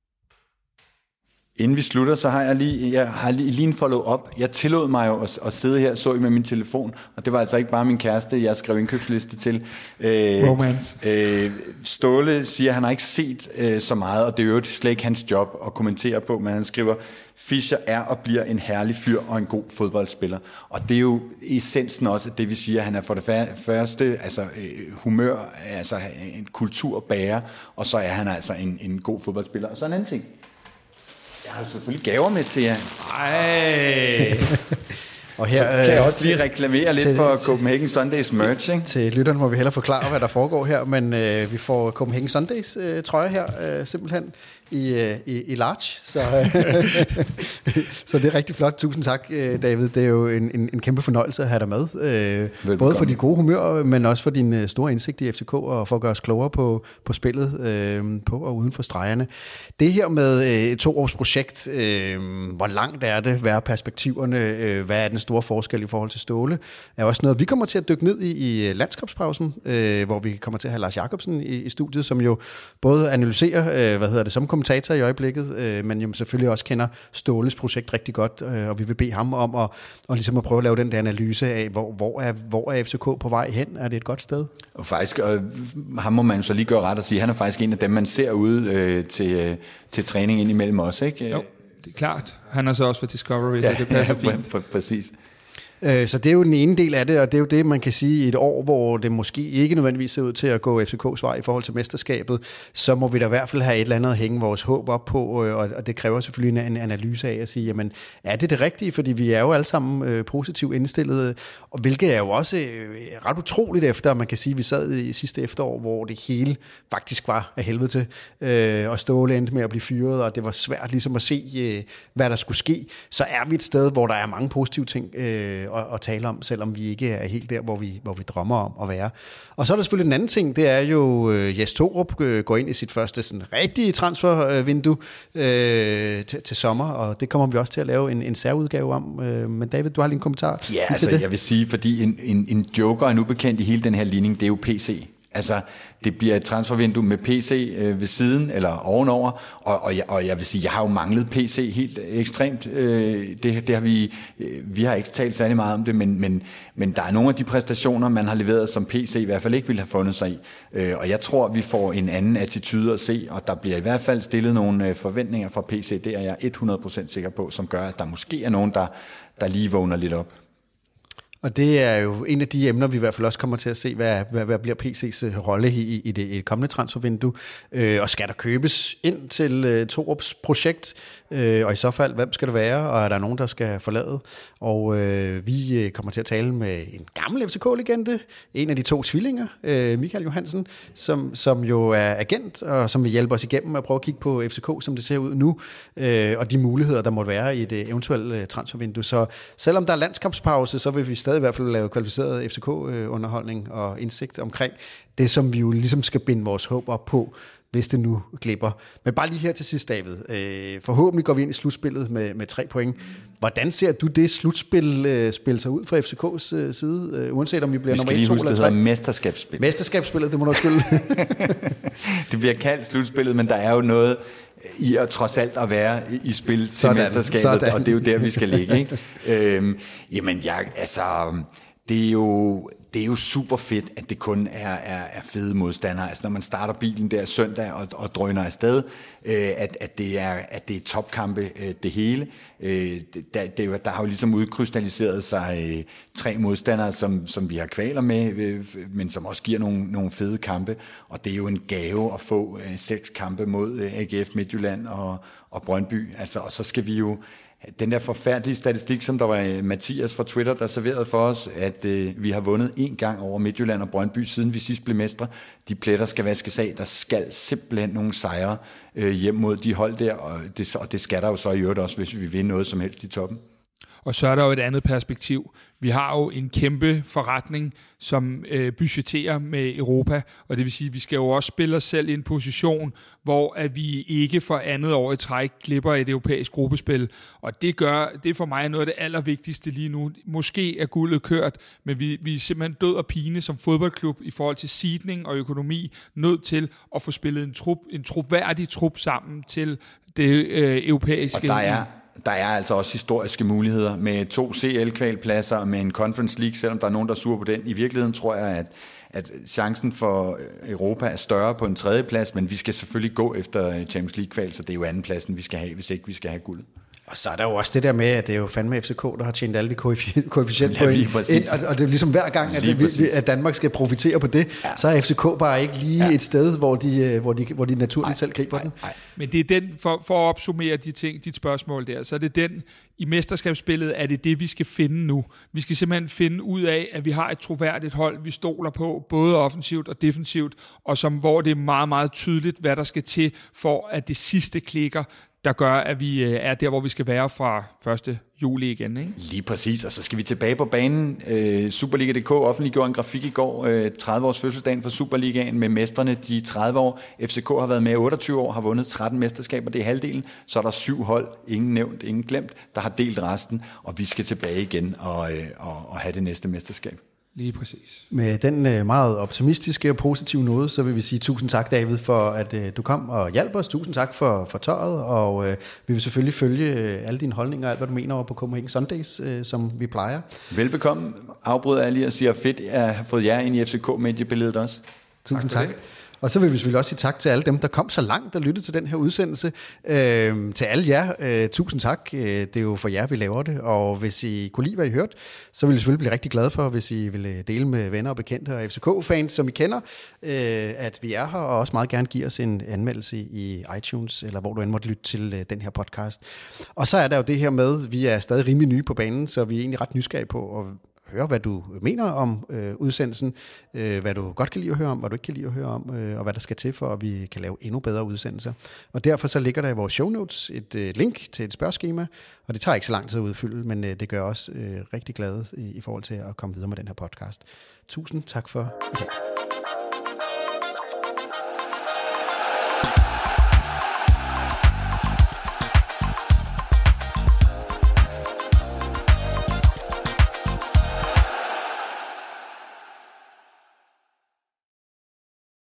Inden vi slutter, så har jeg lige, jeg har lige, lige en follow-up. Jeg tillod mig jo at, at sidde her, så I med min telefon, og det var altså ikke bare min kæreste, jeg skrev indkøbsliste til. Øh, Romance. Øh, Ståle siger, at han har ikke set øh, så meget, og det er jo slet ikke hans job at kommentere på, men han skriver, Fischer er og bliver en herlig fyr og en god fodboldspiller. Og det er jo essensen også, at det vil sige, at han er for det første altså, øh, humør, altså en kulturbærer, og så er han altså en, en god fodboldspiller. Og så en anden ting. Jeg har selvfølgelig gaver med til jer. Ej. Og her, så kan jeg også lige reklamere lidt til, for Copenhagen Sundays merch, ikke? Til lytterne må vi hellere forklare, hvad der foregår her, men øh, vi får Copenhagen Sundays øh, trøje her, øh, simpelthen, i, i, i large. Så, øh, så det er rigtig flot. Tusind tak, David. Det er jo en, en, en kæmpe fornøjelse at have dig med. Øh, både for dit gode humør, men også for din store indsigt i F C K, og for at gøre os klogere på, på spillet, øh, på og uden for stregerne. Det her med et øh, toårs projekt, øh, hvor langt er det? Hvad er perspektiverne? Øh, hvad er den store forskel i forhold til Ståle? Er også noget, vi kommer til at dykke ned i, i landskabspausen, øh, hvor vi kommer til at have Lars Jacobsen i, i studiet, som jo både analyserer, øh, hvad hedder det, som kommentator i øjeblikket, øh, men jo selvfølgelig også kender Ståles projekt rigtig godt, øh, og vi vil bede ham om at, og ligesom at prøve at lave den der analyse af, hvor, hvor, er, hvor er F C K på vej hen? Er det et godt sted? Og faktisk, og ham må man så lige gøre ret og sige, han er faktisk en af dem, man ser ude øh, til, øh, til træning indimellem også, ikke? Jo, det er klart. Han er så også for Discovery, ja, så det passer ja, fint. Pr- pr- præcis. Så det er jo den ene del af det, og det er jo det, man kan sige i et år, hvor det måske ikke nødvendigvis ser ud til at gå F C K's vej i forhold til mesterskabet, så må vi da i hvert fald have et eller andet at hænge vores håb op på, og det kræver selvfølgelig en analyse af at sige, jamen, er det det rigtige? Fordi vi er jo alle sammen positivt indstillede, og hvilket er jo også ret utroligt efter, man kan sige, at vi sad i sidste efterår, hvor det hele faktisk var af helvede til, og Ståle endte med at blive fyret, og det var svært ligesom at se, hvad der skulle ske. Så er vi et sted, hvor der er mange positive ting at, at tale om, selvom vi ikke er helt der, hvor vi, hvor vi drømmer om at være. Og så er der selvfølgelig en anden ting, det er jo, øh, Jes Torup øh, går ind i sit første sådan, rigtige transfervindue øh, til, til sommer, og det kommer vi også til at lave en, en særudgave om. Øh, men David, du har lige en kommentar? Ja, altså det? Jeg vil sige, fordi en, en, en joker er nu bekendt i hele den her ligning, det er jo P C. Altså, det bliver et transfervindue med P C øh, ved siden eller ovenover, og, og, jeg, og jeg vil sige, jeg har jo manglet P C helt ekstremt. Øh, det, det har vi, øh, vi har ikke talt særlig meget om det, men, men, men der er nogle af de præstationer, man har leveret, som P C i hvert fald ikke ville have fundet sig i. Øh, og jeg tror, vi får en anden attitude at se, og der bliver i hvert fald stillet nogle øh, forventninger fra P C, det er jeg hundrede procent sikker på, som gør, at der måske er nogen, der, der lige vågner lidt op. Og det er jo en af de emner, vi i hvert fald også kommer til at se, hvad, hvad, hvad bliver P C's rolle i, i det i et kommende transfervindue. Øh, og skal der købes ind til øh, Torups projekt? Øh, og i så fald, hvem skal det være? Og er der nogen, der skal forlade? Og øh, vi kommer til at tale med en gammel F C K-legende, en af de to tvillinger, øh, Michael Johansen, som, som jo er agent, og som vil hjælpe os igennem at prøve at kigge på F C K, som det ser ud nu, øh, og de muligheder, der måtte være i et eventuelt transfervindue. Så selvom der er landskampspause, så vil vi stadig i hvert fald lave kvalificeret F C K-underholdning og indsigt omkring det, som vi jo ligesom skal binde vores håb op på, hvis det nu glipper. Men bare lige her til sidst, David. Øh, forhåbentlig går vi ind i slutspillet med, med tre point. Hvordan ser du det slutspil øh, spille sig ud fra F C K's øh, side, øh, uanset om vi bliver nummer et, to eller tre? Vi skal lige huske, det hedder mesterskabsspil. Mesterskabsspillet, det må du skylde. Det bliver kaldt slutspillet, men der er jo noget i at trods alt at være i spil til sådan, mesterskabet, sådan. Og det er jo der, vi skal ligge. Ikke? øhm, jamen, jeg, altså, det er jo... Det er jo super fedt, at det kun er, er, er fede modstandere. Altså når man starter bilen der søndag og, og drøner afsted, øh, at, at, det er, at det er topkampe øh, det hele. Øh, der, det, der har jo ligesom udkrystalliseret sig øh, tre modstandere, som, som vi har kvaler med, øh, men som også giver nogle, nogle fede kampe. Og det er jo en gave at få øh, seks kampe mod øh, A G F Midtjylland og, og Brøndby. Altså, og så skal vi jo... Den der forfærdelige statistik, som der var Mathias fra Twitter, der serverede for os, at øh, vi har vundet en gang over Midtjylland og Brøndby, siden vi sidst blev mestre. De pletter skal vaskes af. Der skal simpelthen nogle sejre øh, hjem mod de hold der, og det, og det skal der jo så i øvrigt også, hvis vi vinder noget som helst i toppen. Og så er der jo et andet perspektiv. Vi har jo en kæmpe forretning, som øh, budgetterer med Europa, og det vil sige, at vi skal jo også spille os selv i en position, hvor at vi ikke for andet år i træk glipper et europæisk gruppespil. Og det gør, det er for mig noget af det allervigtigste lige nu. Måske er guldet kørt, men vi, vi er simpelthen død og pine som fodboldklub i forhold til seedning og økonomi, nødt til at få spillet en, trup, en troværdig trup sammen til det øh, europæiske. Og der er Der er altså også historiske muligheder med to C L-kvalpladser og med en Conference League, selvom der er nogen, der er sur på den. I virkeligheden tror jeg, at, at chancen for Europa er større på en tredje plads, men vi skal selvfølgelig gå efter Champions League-kval, så det er jo anden pladsen, vi skal have, hvis ikke vi skal have guld. Og så er der jo også det der med, at det er jo fandme F C K, der har tjent alle de koefficientpoint ind, og, og det er ligesom hver gang, at, det, at Danmark skal profitere på det, ja. Så er F C K bare ikke lige ja. et sted, hvor de, hvor de, hvor de naturligt ej, selv griber ej, den. Ej. Men det er den, for, for at opsummere de ting, dit spørgsmål der, så er det den, i mesterskabsspillet er det det, vi skal finde nu. Vi skal simpelthen finde ud af, at vi har et troværdigt hold, vi stoler på, både offensivt og defensivt, og som, hvor det er meget, meget tydeligt, hvad der skal til, for at det sidste klikker, der gør, at vi er der, hvor vi skal være fra første juli igen. Ikke? Lige præcis, og så skal vi tilbage på banen. Superliga punktum d k offentliggjorde en grafik i går, tredive års fødselsdagen for Superligaen med mestrene de tredive år. F C K har været med otteogtyve år, har vundet tretten mesterskaber, det er halvdelen. Så er der syv hold, ingen nævnt, ingen glemt, der har delt resten, og vi skal tilbage igen og, og, og have det næste mesterskab. Lige præcis. Med den meget optimistiske og positive noget, så vil vi sige tusind tak, David, for at uh, du kom og hjalp os. Tusind tak for, for tøjet, og uh, vi vil selvfølgelig følge uh, alle dine holdninger og alt, hvad du mener over på Copenhagen Sundays, uh, som vi plejer. Velbekomme. Afbryder jeg lige og siger, fedt, jeg har fået jer ind i F C K-mediebilledet også. Tusind tak. tak. Og så vil vi selvfølgelig også sige tak til alle dem, der kom så langt og lyttede til den her udsendelse. Øh, til alle jer, øh, tusind tak. Det er jo for jer, vi laver det. Og hvis I kunne lide, hvad I hørte, så vil vi selvfølgelig blive rigtig glade for, hvis I vil dele med venner og bekendte og F C K-fans, som I kender, øh, at vi er her, og også meget gerne give os en anmeldelse i iTunes, eller hvor du end måtte lytte til øh, den her podcast. Og så er der jo det her med, vi er stadig rimelig nye på banen, så vi er egentlig ret nysgerrige på at høre, hvad du mener om øh, udsendelsen, øh, hvad du godt kan lide at høre om, hvad du ikke kan lide at høre om, øh, og hvad der skal til for, at vi kan lave endnu bedre udsendelser. Og derfor så ligger der i vores show notes et øh, link til et spørgeskema, og det tager ikke så lang tid at udfylde, men øh, det gør os øh, rigtig glade i, i forhold til at komme videre med den her podcast. Tusind tak for i dag.